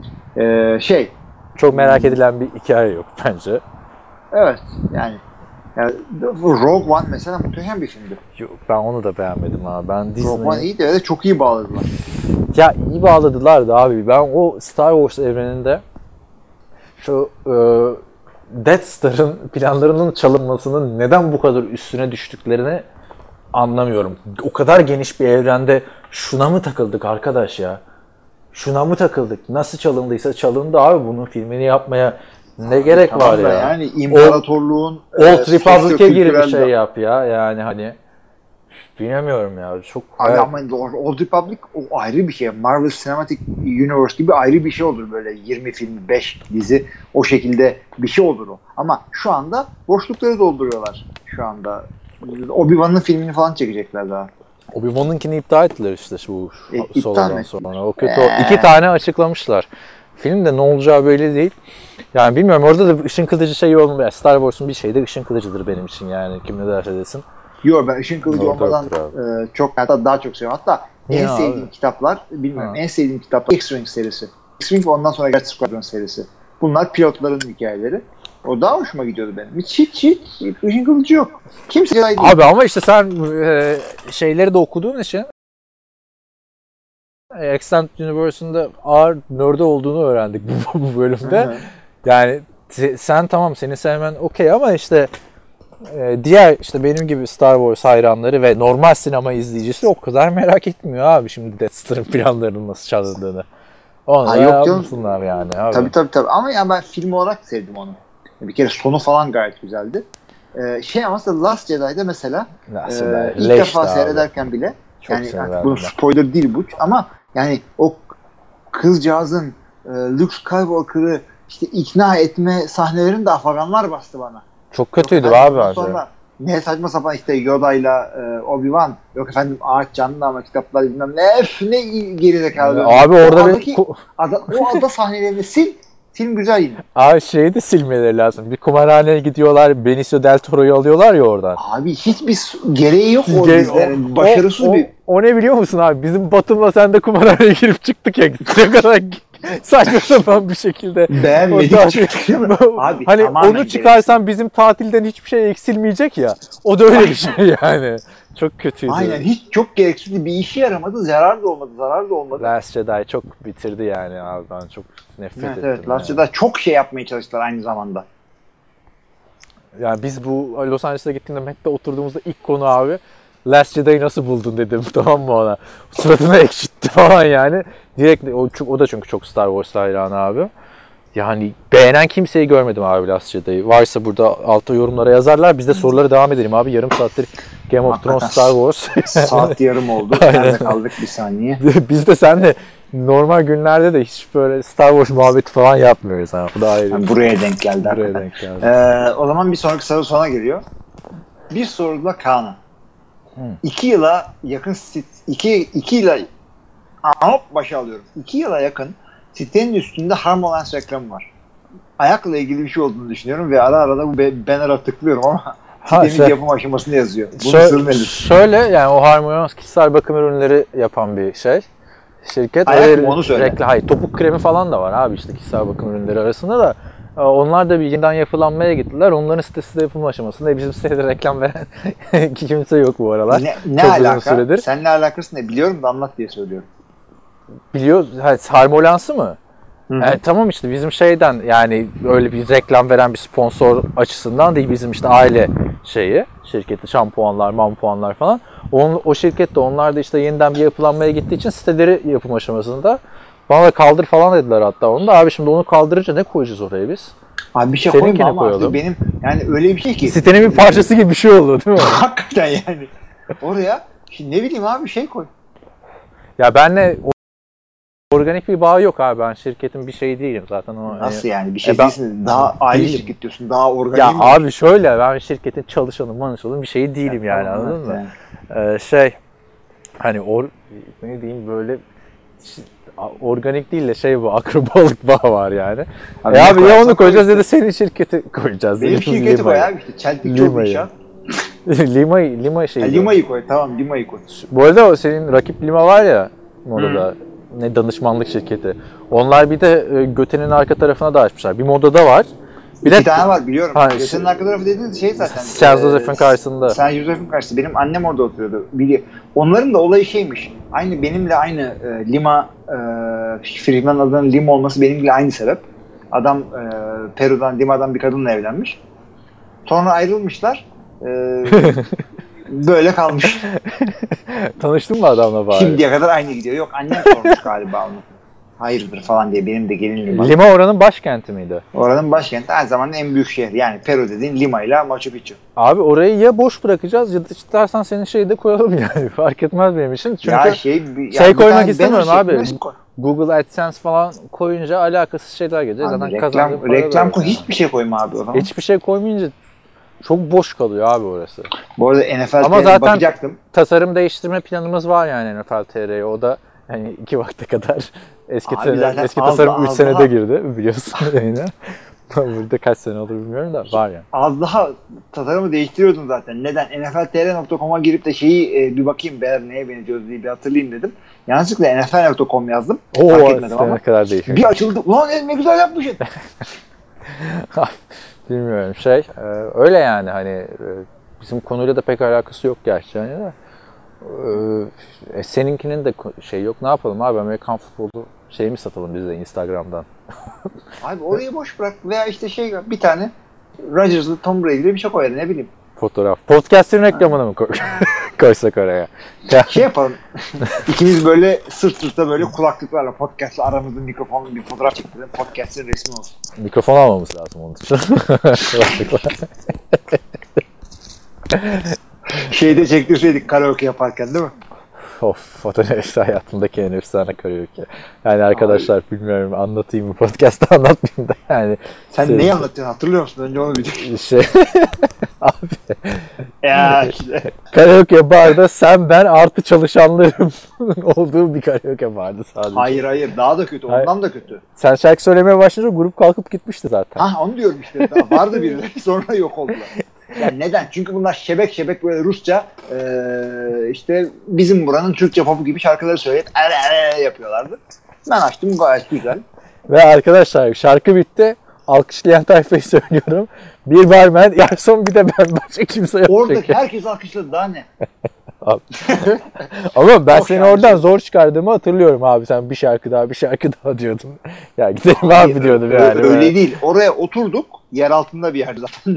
e, şey Çok merak edilen bir hikaye yok bence. evet yani, yani Rogue One mesela muhteşem bir filmdi. Yok, ben onu da beğenmedim abi. Ben Rogue One Disney iyiydi ve çok iyi bağladılar. ya iyi bağladılar da abi. Ben o Star Wars evreninde şu e, Death Star'ın planlarının çalınmasının neden bu kadar üstüne düştüklerini anlamıyorum. O kadar geniş bir evrende şuna mı takıldık arkadaş ya? Şuna mı takıldık? Nasıl çalındıysa çalındı abi. Bunun filmini yapmaya ne gerek Tamam var da ya? yani imparatorluğun Old e, Republic'e gibi bir sosyo-kültürel- şey yap ya. Yani hani bilemiyorum ya. Çok Abi evet. ama Old Republic o ayrı bir şey. Marvel Cinematic Universe gibi ayrı bir şey olur böyle yirmi film, beş dizi o şekilde bir şey olur o. Ama şu anda boşlukları dolduruyorlar şu anda. Obi-Wan'ın filmini falan çekecekler daha. Obi-Wan'ınkini iptal ettiler işte bu E, iptal Solo'dan mi? sonra. O kötü. Ee. İki tane açıklamışlar. Filmde ne olacağı belli değil. Yani bilmiyorum orada da ışın kılıcı şey olmuyor. Star Wars'un bir şeyi de ışın kılıcıdır benim için yani kim ne derse desin. Yok ben Işın Kılıcı Yok, olmadan yoktur e, çok hatta daha çok seviyorum. Hatta en Ya sevdiğim abi. kitaplar bilmiyorum Ha. en sevdiğim kitaplar X-Wing serisi. X-Wing ve ondan sonra Guard Squadron serisi. Bunlar pilotların hikayeleri. O daha hoşuma gidiyordu benim. Hiç hiç hiç Işın Kılıcı yok. Kimse Jedi değil. Abi ama işte sen e, şeyleri de okuduğun için e, Extended Universe'ında ağır nerd olduğunu öğrendik bu, bu bölümde. Hı hı. Yani te- sen tamam seni sevmen okey ama işte e, diğer işte benim gibi Star Wars hayranları ve normal sinema izleyicisi o kadar merak etmiyor abi şimdi Death Star'ın planlarının nasıl çalındığını. Onu Ha, da yok canım. yapmışsınlar yani abi. Tabii tabii tabii. Ama yani ben film olarak sevdim onu. Bir kere sonu falan gayet güzeldi. Ee, şey ama mesela Last Jedi'de mesela Nasıl e, be? ilk Leşti defa abi. seyrederken bile Çok yani severdim artık bunun ben. spoiler değil bu ama yani o kızcağızın e, Luke Skywalker'ı işte ikna etme sahnelerini de afaganlar bastı bana. Çok kötüydü Yok, abi ondan bence. sonra ne saçma sapan işte Yoda'yla e, Obi-Wan yok efendim ağaç canlı ama kitaplar bilmem ne öf, ne gerizekalı. Abi orada o bir adaki, ku- ada, o ada sahnelerini sil Film güzel yine. Abi şeyi de silmeleri lazım. Bir kumarhaneye gidiyorlar. Benicio del Toro'yu alıyorlar ya oradan. Abi hiçbir su- gereği yok o Ge- dizinin. Başarısız o, bir... O, o ne biliyor musun abi? Bizim Batum'la sen de kumarhaneye girip çıktık ya. Ne kadar saçma sapan bir şekilde. Beğenmedik O çıktık değil mi? tatil- Abi, hani tamamen onu çıkarsan bizim tatilden hiçbir şey eksilmeyecek ya. O da öyle bir şey yani. Çok kötüydü. Aynen hiç çok gereksiz bir işe yaramadı. Zarar da olmadı. Zarar da olmadı. Last Jedi çok bitirdi yani abi. Ben çok nefret Evet ettim. evet. Last yani. Jedi çok şey yapmaya çalıştılar aynı zamanda. Yani biz bu Los Angeles'a gittiğimde Mac'te oturduğumuzda ilk konu abi Last Jedi'yi nasıl buldun dedim tamam mı ona. Suratına ekşitti falan yani. Direkt o, o da çünkü çok Star Wars hayranı abi. Yani beğenen kimseyi görmedim abi Last Jedi'yi. Varsa burada altta yorumlara yazarlar. Biz de sorulara devam edelim abi. Yarım saattir Game of Thrones, Star Wars. Saat yarım oldu. Nerede kaldık bir saniye. Biz de seninle normal günlerde de hiç böyle Star Wars muhabbeti falan yapmıyoruz. Ha. Bu da ayrı. Yani buraya denk geldi. Buraya hakikaten. denk geldi. Ee, o zaman bir sonraki soru sona geliyor. Bir soruyla Kaan'a. Hı. İki yıla yakın sit, iki, iki yıla hop başa alıyorum. İki yıla yakın sitenin üstünde HarmoLens reklamı var. Ayakla ilgili bir şey olduğunu düşünüyorum ve ara ara da bu banner'a tıklıyorum ama Ha, sitenin şey- yapım aşamasında yazıyor. Bunun Şöyle, sırrı nedir? şöyle yani o HarmoLens kişisel bakım ürünleri yapan bir şey. Şirket. Ayak Öyle mı? Onu söyle. reklam- hayır, topuk kremi falan da var abi işte kişisel bakım ürünleri arasında da. e, Onlar da bir yeniden yapılanmaya gittiler. Onların sitesi de yapım aşamasında. E, Bizim sitede reklam veren kimse yok bu aralar. Ne, ne Çok uzun alaka? süredir. Seninle alakası ne? Biliyorum da anlat diye söylüyorum. Biliyor, ha, HarmoLens'ı mı? Hı hı. E, tamam işte bizim şeyden yani öyle bir reklam veren bir sponsor açısından değil bizim işte aile şeyi şirketi şampuanlar, mampuanlar falan. O, o şirket de onlar da işte yeniden bir yapılanmaya gittiği için siteleri yapım aşamasında. Bana da kaldır falan dediler hatta onu da. Abi şimdi onu kaldırınca ne koyacağız oraya biz? Abi bir şey Seninkine koyma ama koyalım. artık benim yani öyle bir şey ki. Sitenin bir parçası gibi bir şey oldu değil mi? Hakikaten yani. Oraya şimdi ne bileyim abi şey koy. Ya benle organik bir bağ yok abi. Ben şirketin bir şeyi değilim zaten. O, Nasıl yani bir şey E ben- değilsin. Daha aile Değilim. şirket diyorsun. Daha organik Ya mi? abi şöyle ben şirketin çalışanı manışalım bir şey değilim yani Tamam, anladın evet, mı? yani. Ee, şey hani or, ne diyeyim böyle şi- organik değil de şey bu akrabalık bağ var yani. Abi e ne abi ya koyarsan onu koyacağız koy ya da senin şirketi koyacağız. Benim şirketi koy abi işte. Çeltik çok Lima'yı. inşaat. Lima'yı, Lima şeyi. Ha, Lima'yı koy. Tamam Lima'yı koy. Bu arada o senin rakip Lima var ya modada. Ne danışmanlık şirketi. Onlar bir de e, Göte'nin arka tarafına da açmışlar. Bir modada var. Bir İki de tane var biliyorum. Ha, Göte'nin şey- arka tarafı dediğiniz şey zaten. Saint e, Joseph'in karşısında. Saint Joseph'in karşısında. Benim annem orada oturuyordu. Biliyor. Onların da olayı şeymiş. Aynı benimle aynı e, Lima e, firmanın adının Lima olması benimle aynı sebep. Adam e, Peru'dan, Lima'dan bir kadınla evlenmiş. Sonra ayrılmışlar. E, böyle kalmış. Tanıştın mı adamla bari? Şimdiye kadar aynı gidiyor. Yok annem sormuş galiba onu. Hayırdır falan diye benim de gelin Lima. Lima oranın başkenti miydi? Oranın başkenti aynı zamanda en büyük şehir. Yani Peru dediğin Lima ile Machu Picchu. Abi orayı ya boş bırakacağız ya da istersen senin şeyi de koyalım yani. Fark etmez benim için. Çünkü ya şey, bir- şey ya bir koymak tane istemiyorum banner abi. şeklinde koy. Google AdSense falan koyunca alakasız şeyler gelecek. Abi Zaten kazandığın reklam, para reklam da koy. yok. Hiçbir şey koyma abi o zaman. Hiçbir şey koymayınca çok boş kalıyor abi orası. Bu arada N F L Ama T V'ye zaten- bakacaktım. Tasarım değiştirme planımız var yani N F L T R'ye. O da yani iki vakte kadar eski, Abi te- zaten eski az tasarım da- üç az senede daha- girdi biliyorsun yine. Burada kaç sene olur bilmiyorum da var yani. Az daha tasarımı değiştiriyordum zaten. Neden? N F L T R nokta com'a girip de şeyi e, bir bakayım beğer neye benziyoruz diye bir hatırlayayım dedim. Yanlışlıkla N F L nokta com yazdım. Oo, Fark etmedim ama. ne kadar değişiyor. Bir açıldı. Ulan ne- ne güzel yapmışsın. Bilmiyorum şey e, öyle yani hani e, bizim konuyla da pek alakası yok gerçi yani de. E, seninkinin de ko- şey yok ne yapalım abi Amerikan futbolu şey mi satalım biz de Instagram'dan. Abi orayı boş bırak veya işte şey bir tane Rodgers'lı Tom Brady'li bir şey koyar ne bileyim. Fotoğraf. Podcast'in reklamını mı koy koysak oraya? Şey yapalım. İkimiz böyle sırt sırta böyle kulaklıklarla podcast'la aramızda mikrofonlu bir fotoğraf çektirelim. Podcast'in resmi olsun. Mikrofon almamız lazım onun için. Şeyde çektirseydik karaoke yaparken değil mi? Of, fotoğraf hayatımdaki en efsane karaoke. Yani arkadaşlar abi, bilmiyorum anlatayım mı podcast'ta anlatmayayım da yani. Sen Şey- neyi anlatıyorsun hatırlıyor musun? Önce onu bir Şey abi Ya işte. Karaoke barda sen ben artı çalışanlarım olduğu bir karaoke bardı sadece. Hayır hayır daha da kötü. Ondan da kötü. Sen şarkı söylemeye başlayınca grup kalkıp gitmişti zaten. Ha onu diyorum işte. Daha vardı birileri sonra yok oldular. Yani neden? Çünkü bunlar şebek şebek böyle Rusça e, işte bizim buranın Türkçe popu gibi şarkıları söyleyip er er yapıyorlardı. Ben açtım gayet güzel. Ve arkadaşlar şarkı bitti. Alkışlayan tayfayı söylüyorum. Bir barmen, Yarson bir de ben. Başka kimse yok. Orada peki. herkes alkışladı daha ne? Ama ben Çok seni şanslı. oradan zor çıkardığımı hatırlıyorum abi. Sen bir şarkı daha bir şarkı daha diyordun. Ya gidelim Hayır, abi diyordum öyle, yani. öyle değil. Oraya oturduk. Yer altında bir yer zaten.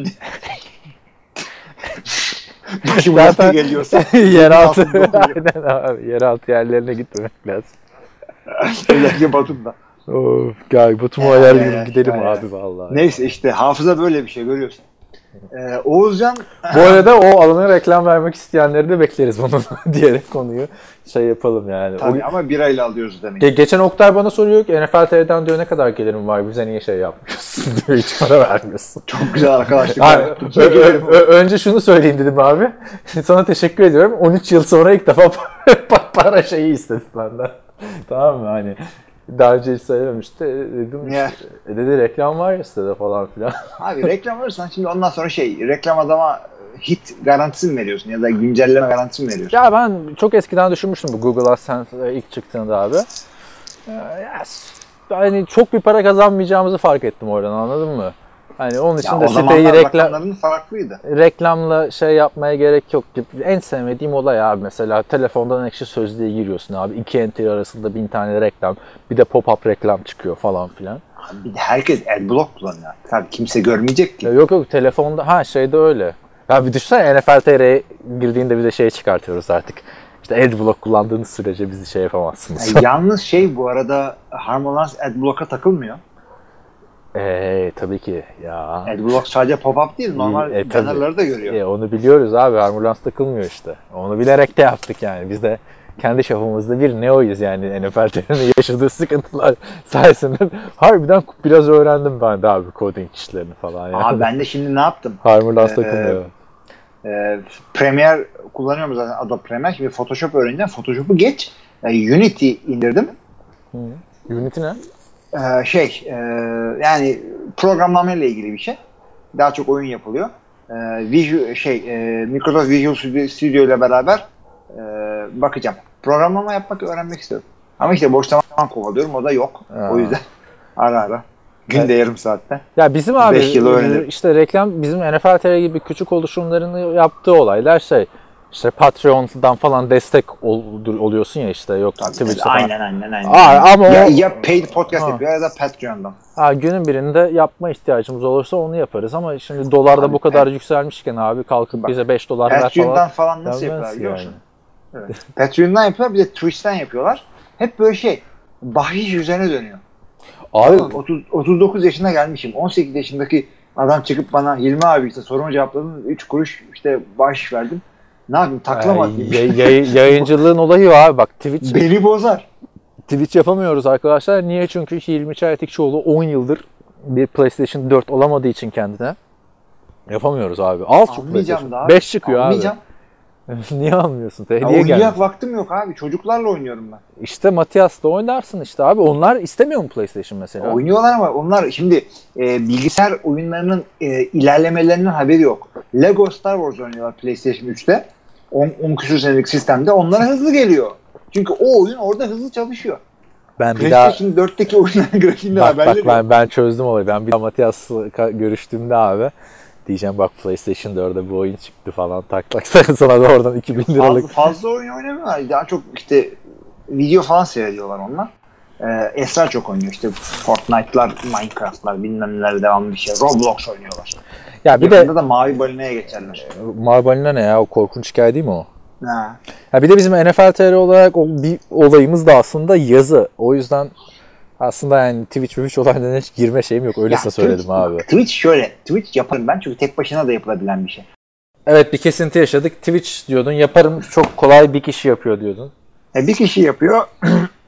Başımıza Zaten geliyorsa. yeraltı, altında oluyor. aynen abi. Yeraltı yerlerine gitmemek lazım. Özellikle Batum'da. Of, gel Batum Ya, ayar ya, gibi ya, gidelim ya, ya. abi vallahi. Neyse işte hafıza böyle bir şey görüyorsun. Ee, Oğuzcan Bu arada o alana reklam vermek isteyenleri de bekleriz bunu diyerek konuyu şey yapalım yani. tabii O, ama birayla alıyoruz demek. Ge- geçen Oktay bana soruyor ki N F L T V'den diyor ne kadar gelirim var bize niye şey yapmıyorsun diyor hiç para vermiyorsun. Çok güzel arkadaşlık. Abi, yaptım. ö- ö- ö- önce şunu söyleyeyim dedim abi. Sana teşekkür ediyorum. on üç yıl sonra ilk defa pa- para şeyi istedi benden. Tamam mı hani daha önce hiç söylememişti. Dedim Ya. e dedi reklam var ya sitede falan filan. Abi reklam alırsan şimdi ondan sonra şey reklam adama hit garantisi mi veriyorsun ya da güncelleme garantisi mi veriyorsun? Ya ben çok eskiden düşünmüştüm bu Google AdSense ilk çıktığında abi. Ee, ya, hani çok bir para kazanmayacağımızı fark ettim oradan anladın mı? Hani onun için Ya de o siteyi zamanlar reklam rakamların farklıydı. reklamla şey yapmaya gerek yok. En sevmediğim olay abi mesela telefondan Ekşi Sözlüğe giriyorsun abi. İki enter arasında bin tane reklam. Bir de pop-up reklam çıkıyor falan filan. Bir de herkes adblock kullanıyor. Tabii kimse görmeyecek ki. Ya yok yok telefonda ha şeyde öyle. Ya bir düşünsene N F L T R'ye girdiğinde bize şey çıkartıyoruz artık. İşte adblock kullandığınız sürece bizi şey yapamazsınız. Yani yalnız şey bu arada Harmolans adblock'a takılmıyor. Eee tabii ki ya. Adblock sadece pop-up değil normal E, tabii. bannerları da görüyor. E, onu biliyoruz abi. Ambulans takılmıyor işte. Onu bilerek de yaptık yani. Biz de kendi şafımızda bir neoyuz yani N F L T'nin yaşadığı sıkıntılar sayesinde. Harbiden biraz öğrendim ben de abi coding işlerini falan yani. Abi ben de şimdi ne yaptım? Ambulans Ee, takılmıyor. Ee, Premiere kullanıyorum zaten Adobe Premiere. Şimdi Photoshop öğreneceğim. Photoshop'u geç. Ee, Unity indirdim. Hı. Unity ne? Ee, şey e, yani programlama ile ilgili bir şey. Daha çok oyun yapılıyor. Ee, Visual, şey e, Microsoft Visual Studio, Studio ile beraber e, bakacağım. Programlama yapmak öğrenmek istiyorum. Ama işte boş zaman kovalıyorum. O da yok. Aa. O yüzden ara ara. Günde yarım saatte. Ya bizim abi beş yıl öğrenirim. işte reklam bizim N F L T V gibi küçük oluşumların yaptığı olaylar şey işte Patreon'dan falan destek ol, oluyorsun ya işte yok Tabii, Twitch'te tabii. falan. Aynen aynen aynen. Aa, ama ya, o, ya paid podcast Ha. yapıyor ya da Patreon'dan. ha, günün birinde yapma ihtiyacımız olursa onu yaparız ama şimdi dolar da Abi, bu kadar evet. yükselmişken abi kalkıp Bak, bize beş dolar ver Patreon'dan falan. falan nasıl denmez yapıyorlar biliyor yani. musun? Evet. Patreon'dan yapıyorlar bir de Twitch'ten yapıyorlar. Hep böyle şey bahşiş üzerine dönüyor. Abi otuz, otuz dokuz yaşına gelmişim. on sekiz yaşındaki adam çıkıp bana Hilmi abi işte sorumu cevapladın. üç kuruş işte bahşiş verdim. Ne yapayım taklama e, yay- yay- yayıncılığın olayı var abi bak Twitch Beni bozar. Twitch yapamıyoruz arkadaşlar. Niye? Çünkü Hilmi Çeltikçioğlu on yıldır bir PlayStation dört olamadığı için kendine yapamıyoruz abi. Al şu Almayacağım PlayStation. daha. beş çıkıyor Almayacağım. abi. Niye almıyorsun? Ya Hediye geldi. oynayacak vaktim yok abi. Çocuklarla oynuyorum ben. İşte Matias'la oynarsın işte abi. Onlar istemiyor mu PlayStation mesela? Oynuyorlar ama onlar şimdi e, bilgisayar oyunlarının e, ilerlemelerinin haberi yok. Lego Star Wars oynuyorlar PlayStation üçte. on küsur senelik sistemde. Onlara hızlı geliyor. Çünkü o oyun orada hızlı çalışıyor. Ben bir daha PlayStation dörtteki oyunların grafiğinde bak haberleri bak yok. ben ben çözdüm olayı. Ben bir daha Matias'la ka- görüştüğümde abi diyeceğim bak PlayStation dörde bu oyun çıktı falan tak tak sana da oradan iki bin liralık. Fazla, fazla oyun oynamıyorlar. Daha çok işte video falan seyrediyorlar onlar. Ee, Esra çok oynuyor işte Fortnite'lar, Minecraft'lar bilmem neler devamlı bir şey. Roblox oynuyorlar. Ya bir Yakında de da Mavi Balina'ya geçerler. Marbalina ne ya? O korkunç hikaye değil mi o? Ha. Ha bir de bizim N F L T R olarak o bir olayımız da aslında yazı. O yüzden aslında yani Twitch Twitch olaylarına hiç girme şeyim yok. Öylesine Ya, söyledim Twitch, abi. Twitch şöyle. Twitch yaparım ben çünkü tek başına da yapılabilen bir şey. Evet bir kesinti yaşadık. Twitch diyordun. Yaparım çok kolay bir kişi yapıyor diyordun. E, bir kişi yapıyor.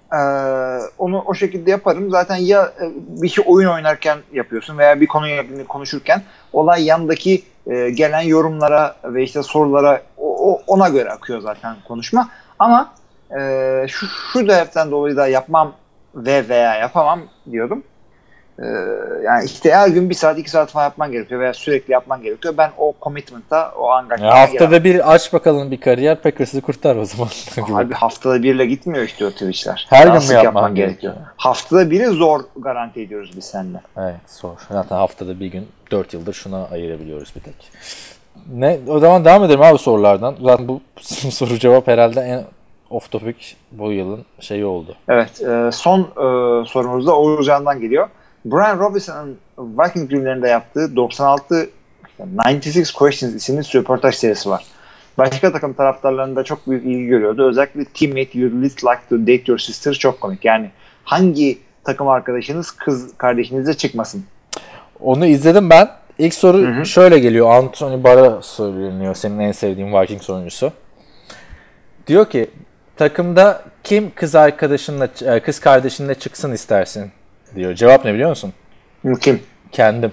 e, onu o şekilde yaparım. Zaten ya e, bir şey oyun oynarken yapıyorsun veya bir konuyu konuşurken olay yandaki e, gelen yorumlara ve işte sorulara o, o, ona göre akıyor zaten konuşma. Ama e, şu, şu sebepten dolayı da yapmam ve veya yapamam diyordum. E, yani işte her gün bir saat iki saat falan yapman gerekiyor veya sürekli yapman gerekiyor. Ben o commitment'a, o angajmana Haftada bir aç bakalım bir kariyer, Packers'ı kurtar o zaman. Abi haftada birle gitmiyor işte o Twitch'ler. Her Daha gün sık mü yapman gerekiyor? Haftada biri zor garanti ediyoruz biz seninle. Evet, zor. Zaten haftada bir gün dört yıldır şuna ayırabiliyoruz bir tek. Ne? O zaman devam edelim abi sorulardan. Zaten bu soru cevap herhalde en off topic bu yılın şeyi oldu. Evet. E, son e, sorumuz da Oğuzcan'dan geliyor. Brian Robinson'ın Viking filmlerinde yaptığı doksan altı doksan altı Questions isimli röportaj serisi var. Başka takım taraftarlarında çok büyük ilgi görüyordu. Özellikle teammate you least like to date your sister çok komik. Yani hangi takım arkadaşınız kız kardeşinizle çıkmasın? Onu izledim ben. İlk soru Hı hı. şöyle geliyor. Anthony Barr'a söyleniyor. Senin en sevdiğin Vikings oyuncusu. Diyor ki takımda kim kız arkadaşınla kız kardeşinle çıksın istersin diyor. Cevap ne biliyor musun? Kim? Kendim.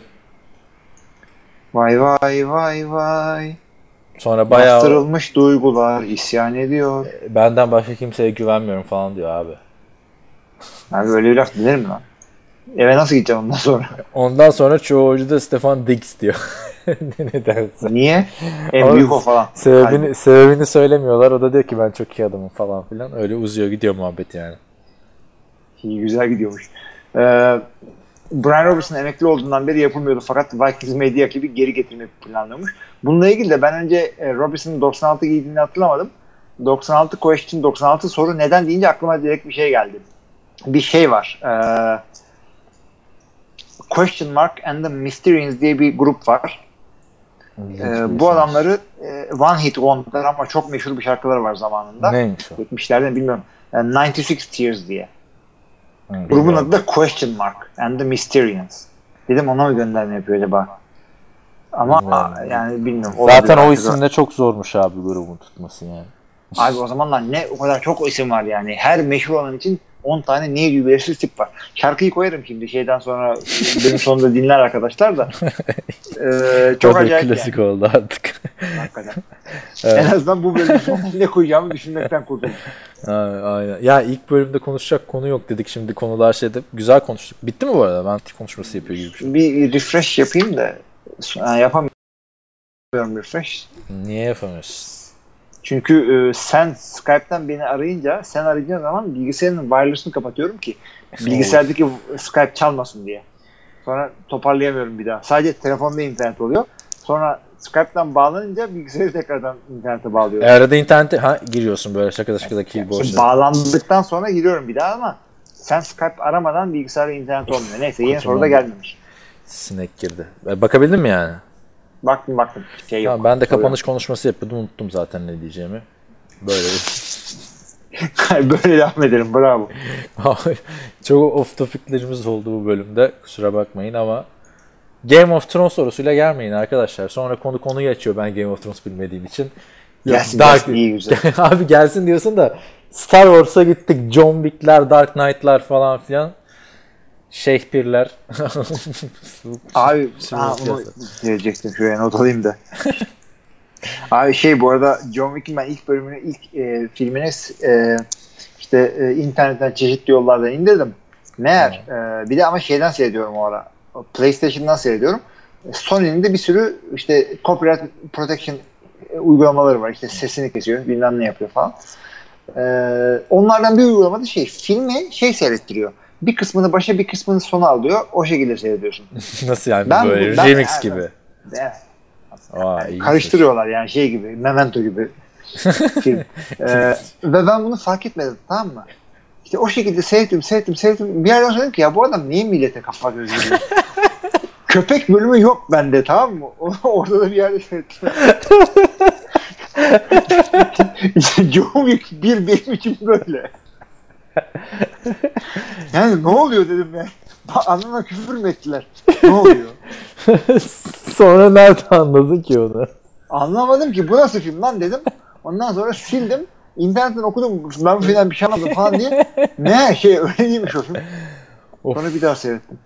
Vay vay vay vay. Sonra bayağı bastırılmış duygular isyan ediyor. Benden başka kimseye güvenmiyorum falan diyor abi. Abi böyle bir laf dinler mi lan? Eve nasıl gideceğim ondan sonra? Ondan sonra çoğu oyuncu da Stefan Diggs diyor. Nedense. Niye? En büyük o falan. Sebebini, Hayır. sebebini söylemiyorlar. O da diyor ki ben çok iyi adamım falan filan. Öyle uzuyor gidiyor muhabbet yani. İyi, güzel gidiyormuş. Ee, Brian Robinson emekli olduğundan beri yapılmıyordu fakat Vikings medya ekibi geri getirmeyi planlıyormuş. Bununla ilgili de ben önce e, Robinson'ın doksan altı giydiğini hatırlamadım. doksan altı question, doksan altı soru neden deyince aklıma direkt bir şey geldi. Bir şey var. Ee, Question Mark and the Mysterians diye bir grup var. Ee, bu adamları e, One Hit Wonder ama çok meşhur bir şarkıları var zamanında. Neymiş o? yetmişlerden bilmiyorum. Yani doksan altı Tears diye. Hı, Grubun adı da Question Mark and the Mysterians. Dedim ona mı gönderme yapıyor acaba? Ama bilmiyorum. yani bilmiyorum. Zaten o isimde çok zormuş abi grubun tutması yani. Abi o zamanlar ne o kadar çok isim var yani. Her meşhur olan için on tane niye gibi belirsiz tip var. Şarkıyı koyarım şimdi şeyden sonra benim sonunda dinler arkadaşlar da. Ee, çok acayip klasik yani. oldu artık. Hakikaten. Evet. En azından bu bölümün sonunda ne koyacağımı düşünmekten kurtuldum. Aynen. Ya ilk bölümde konuşacak konu yok dedik, şimdi konular şeyde güzel konuştuk. Bitti mi bu arada? Ben konuşması yapıyor gibi bir şey. Bir refresh yapayım da yani yapamıyorum refresh. Niye yapamıyorsun? Çünkü e, sen Skype'tan beni arayınca, sen arayacağın zaman bilgisayarın wireless'ını kapatıyorum ki bilgisayardaki Skype çalmasın diye. Sonra toparlayamıyorum bir daha. Sadece telefonda internet oluyor. Sonra Skype'tan bağlanınca bilgisayarı tekrardan internete bağlıyorum. E arada internete ha, giriyorsun böyle şakada şakada keyboard'da. Bağlandıktan sonra giriyorum bir daha ama sen Skype aramadan bilgisayarda internet olmuyor. Neyse yeni soru da gelmemiş. Sinek girdi. E, bakabildin mi yani? Baktım baktım. Şey yok. Tamam, ben de kapanış yok. konuşması yapıyordum. Unuttum zaten ne diyeceğimi. Böyle. Böyle devam edelim. Bravo. Çok off topiclerimiz oldu bu bölümde. Kusura bakmayın ama Game of Thrones sorusuyla gelmeyin arkadaşlar. Sonra konu konuyu açıyor ben Game of Thrones bilmediğim için. Gelsin, Dark... gelsin iyi güzel. Abi gelsin diyorsun da Star Wars'a gittik. John Wick'ler, Dark Knight'lar falan filan. Shakespeare'ler. Abi ha, onu diyecektim şuraya not alayım da. Abi şey bu arada John Wick'in ben ilk bölümünü ilk e, filmini e, işte e, internetten çeşitli yollardan indirdim. Meğer e, bir de ama şeyden seyrediyorum o ara. PlayStation'dan seyrediyorum. Sony'nin de bir sürü işte copyright protection uygulamaları var. İşte sesini kesiyor, bilmem ne yapıyor falan. E, onlardan bir uygulamada şey filmi şey seyrettiriyor. Bir kısmını başa bir kısmını sona alıyor. O şekilde seyrediyorsun. Nasıl yani ben, böyle ben, remix ben, gibi? Evet. Aa, Yani karıştırıyorlar yani şey gibi. Memento gibi film. ee, ve ben bunu fark etmedim, tamam mı? İşte o şekilde seyrettim, seyrettim, seyrettim. Bir yerden sonra dedim ki ya bu adam niye millete kafa göz veriyor? Köpek bölümü yok bende, tamam mı? Orada da bir yerde seyrettim. John Wick bir benim için böyle. Yani ne oluyor dedim ya. Anlama küfür mü ettiler? Ne oluyor? Sonra nerede anladın ki onu? Anlamadım ki bu nasıl film lan dedim. Ondan sonra sildim. internetten okudum ben bu filmden bir şey anladım falan diye. Ne şey öyle değilmiş o film. Sonra bir daha seyrettim.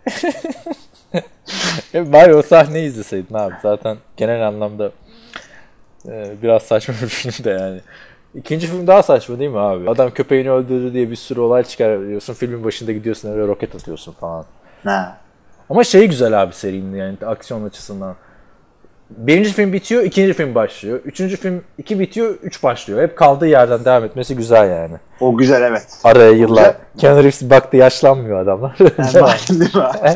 Bari o sahneyi izleseydin abi. Zaten genel anlamda e, biraz saçma bir film de yani. İkinci film daha saçma değil mi abi? Adam köpeğini öldürdü diye bir sürü olay çıkarıyorsun. Filmin başında gidiyorsun öyle roket atıyorsun falan. Ha. Ama şey güzel abi serinin yani aksiyon açısından. Birinci film bitiyor, ikinci film başlıyor. Üçüncü film iki bitiyor, üç başlıyor. Hep kaldığı yerden devam etmesi güzel yani. O güzel evet. Araya yıllar. Keanu Reeves baktı yaşlanmıyor adamlar. Yani, değil mi abi?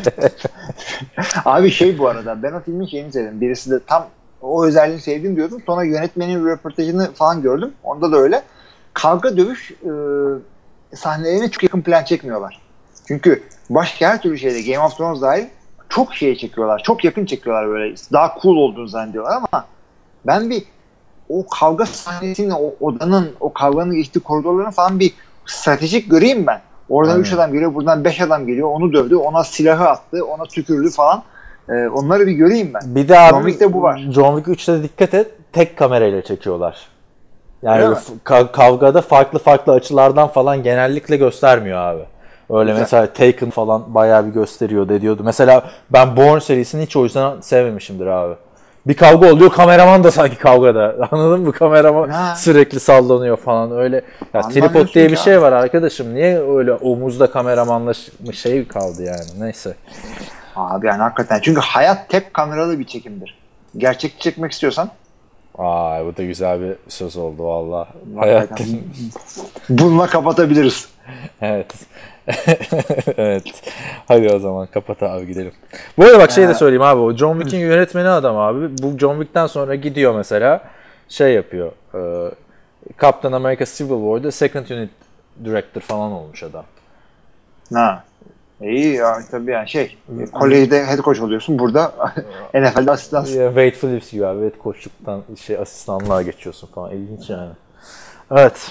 Abi şey bu arada ben o filmin şeyini sevdim. Birisi de tam o özelliğini sevdim diyordum. Sonra yönetmenin röportajını falan gördüm. Onda da öyle. Kavga dövüş e, sahnelerini çok yakın plan çekmiyorlar. Çünkü başka her türlü şeyde Game of Thrones dahil çok şeye çekiyorlar. Çok yakın çekiyorlar böyle. Daha cool olduğunu zannediyorlar ama ben bir o kavga sahnesinin, o odanın, o kavganın geçtiği koridorların falan bir stratejik göreyim ben. Oradan üç adam geliyor, buradan beş adam geliyor. Onu dövdü, ona silahı attı, ona tükürdü falan. Ee, onları bir göreyim ben. Bir de abi John Wick'te bu var. John Wick üçte dikkat et. Tek kamerayla çekiyorlar. Yani Öyle ka- kavgada farklı farklı açılardan falan genellikle göstermiyor abi. Öyle Güzel. mesela Taken falan bayağı bir gösteriyor de diyordu. Mesela ben Bourne serisini hiç o yüzden sevmemişimdir abi. Bir kavga oluyor, kameraman da sanki kavgada. Anladın mı? Kameraman Ha. sürekli sallanıyor falan öyle. Ya tripod diye bir şey var arkadaşım. Niye öyle omuzda kameramanla şey kaldı yani? Neyse. Abi yani hakikaten. Çünkü hayat tek kameralı bir çekimdir. Gerçekçi çekmek istiyorsan Ay bu da güzel bir söz oldu valla. Hayat. bununla kapatabiliriz. Evet. Evet. Hadi o zaman kapat abi gidelim. Bu arada bak şey de söyleyeyim abi. O John Wick'in yönetmeni adam abi. Bu John Wick'ten sonra gidiyor mesela şey yapıyor. E, Captain America Civil War'da Second Unit Director falan olmuş adam. Ha. İyi ya tabii yani şey kolejde head coach oluyorsun. Burada N F L'de asistan. Yeah, Wade Phillips gibi abi. Wade koçluktan şey asistanlığa geçiyorsun falan. İlginç yani. Evet.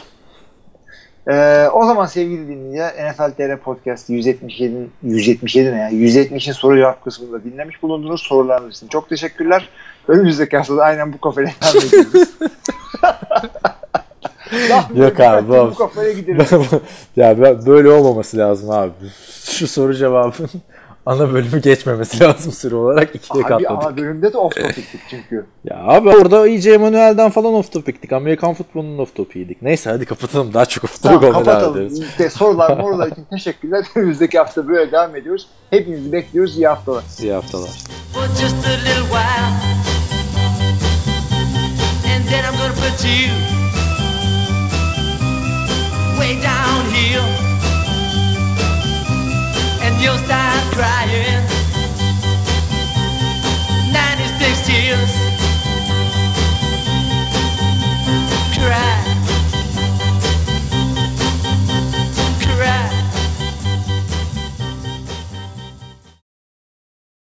Ee, o zaman sevgili dinleyiciler N F L T R Podcast yüz yetmiş yedi yüz yetmiş yedi ne ya? yüz yetmişin soru cevap kısmında dinlemiş bulunduğunuz sorularınız için çok teşekkürler. Önümüzdeki haftada aynen bu kafayla devam ediyoruz. Yok abi bu, bu kafaya gidelim. ya ben, böyle olmaması lazım abi. Şu soru cevabın ana bölümü geçmemesi lazım süre olarak ikiye abi, katladık. Ama bölümde de off topic'tik çünkü. Ya abi orada iyice Emanuel'den falan off topic'tik. Amerikan futbolunun off topic'iydik. Neyse hadi kapatalım. Daha çok off topic Tamam, olmaya devam kapatalım. ederiz. İşte sorular morular için teşekkürler. Önümüzdeki hafta böyle devam ediyoruz. Hepinizi bekliyoruz. İyi haftalar. İyi haftalar. For just a little while, and then I'm gonna put you way down here, and you'll start crying. ninety-six tears.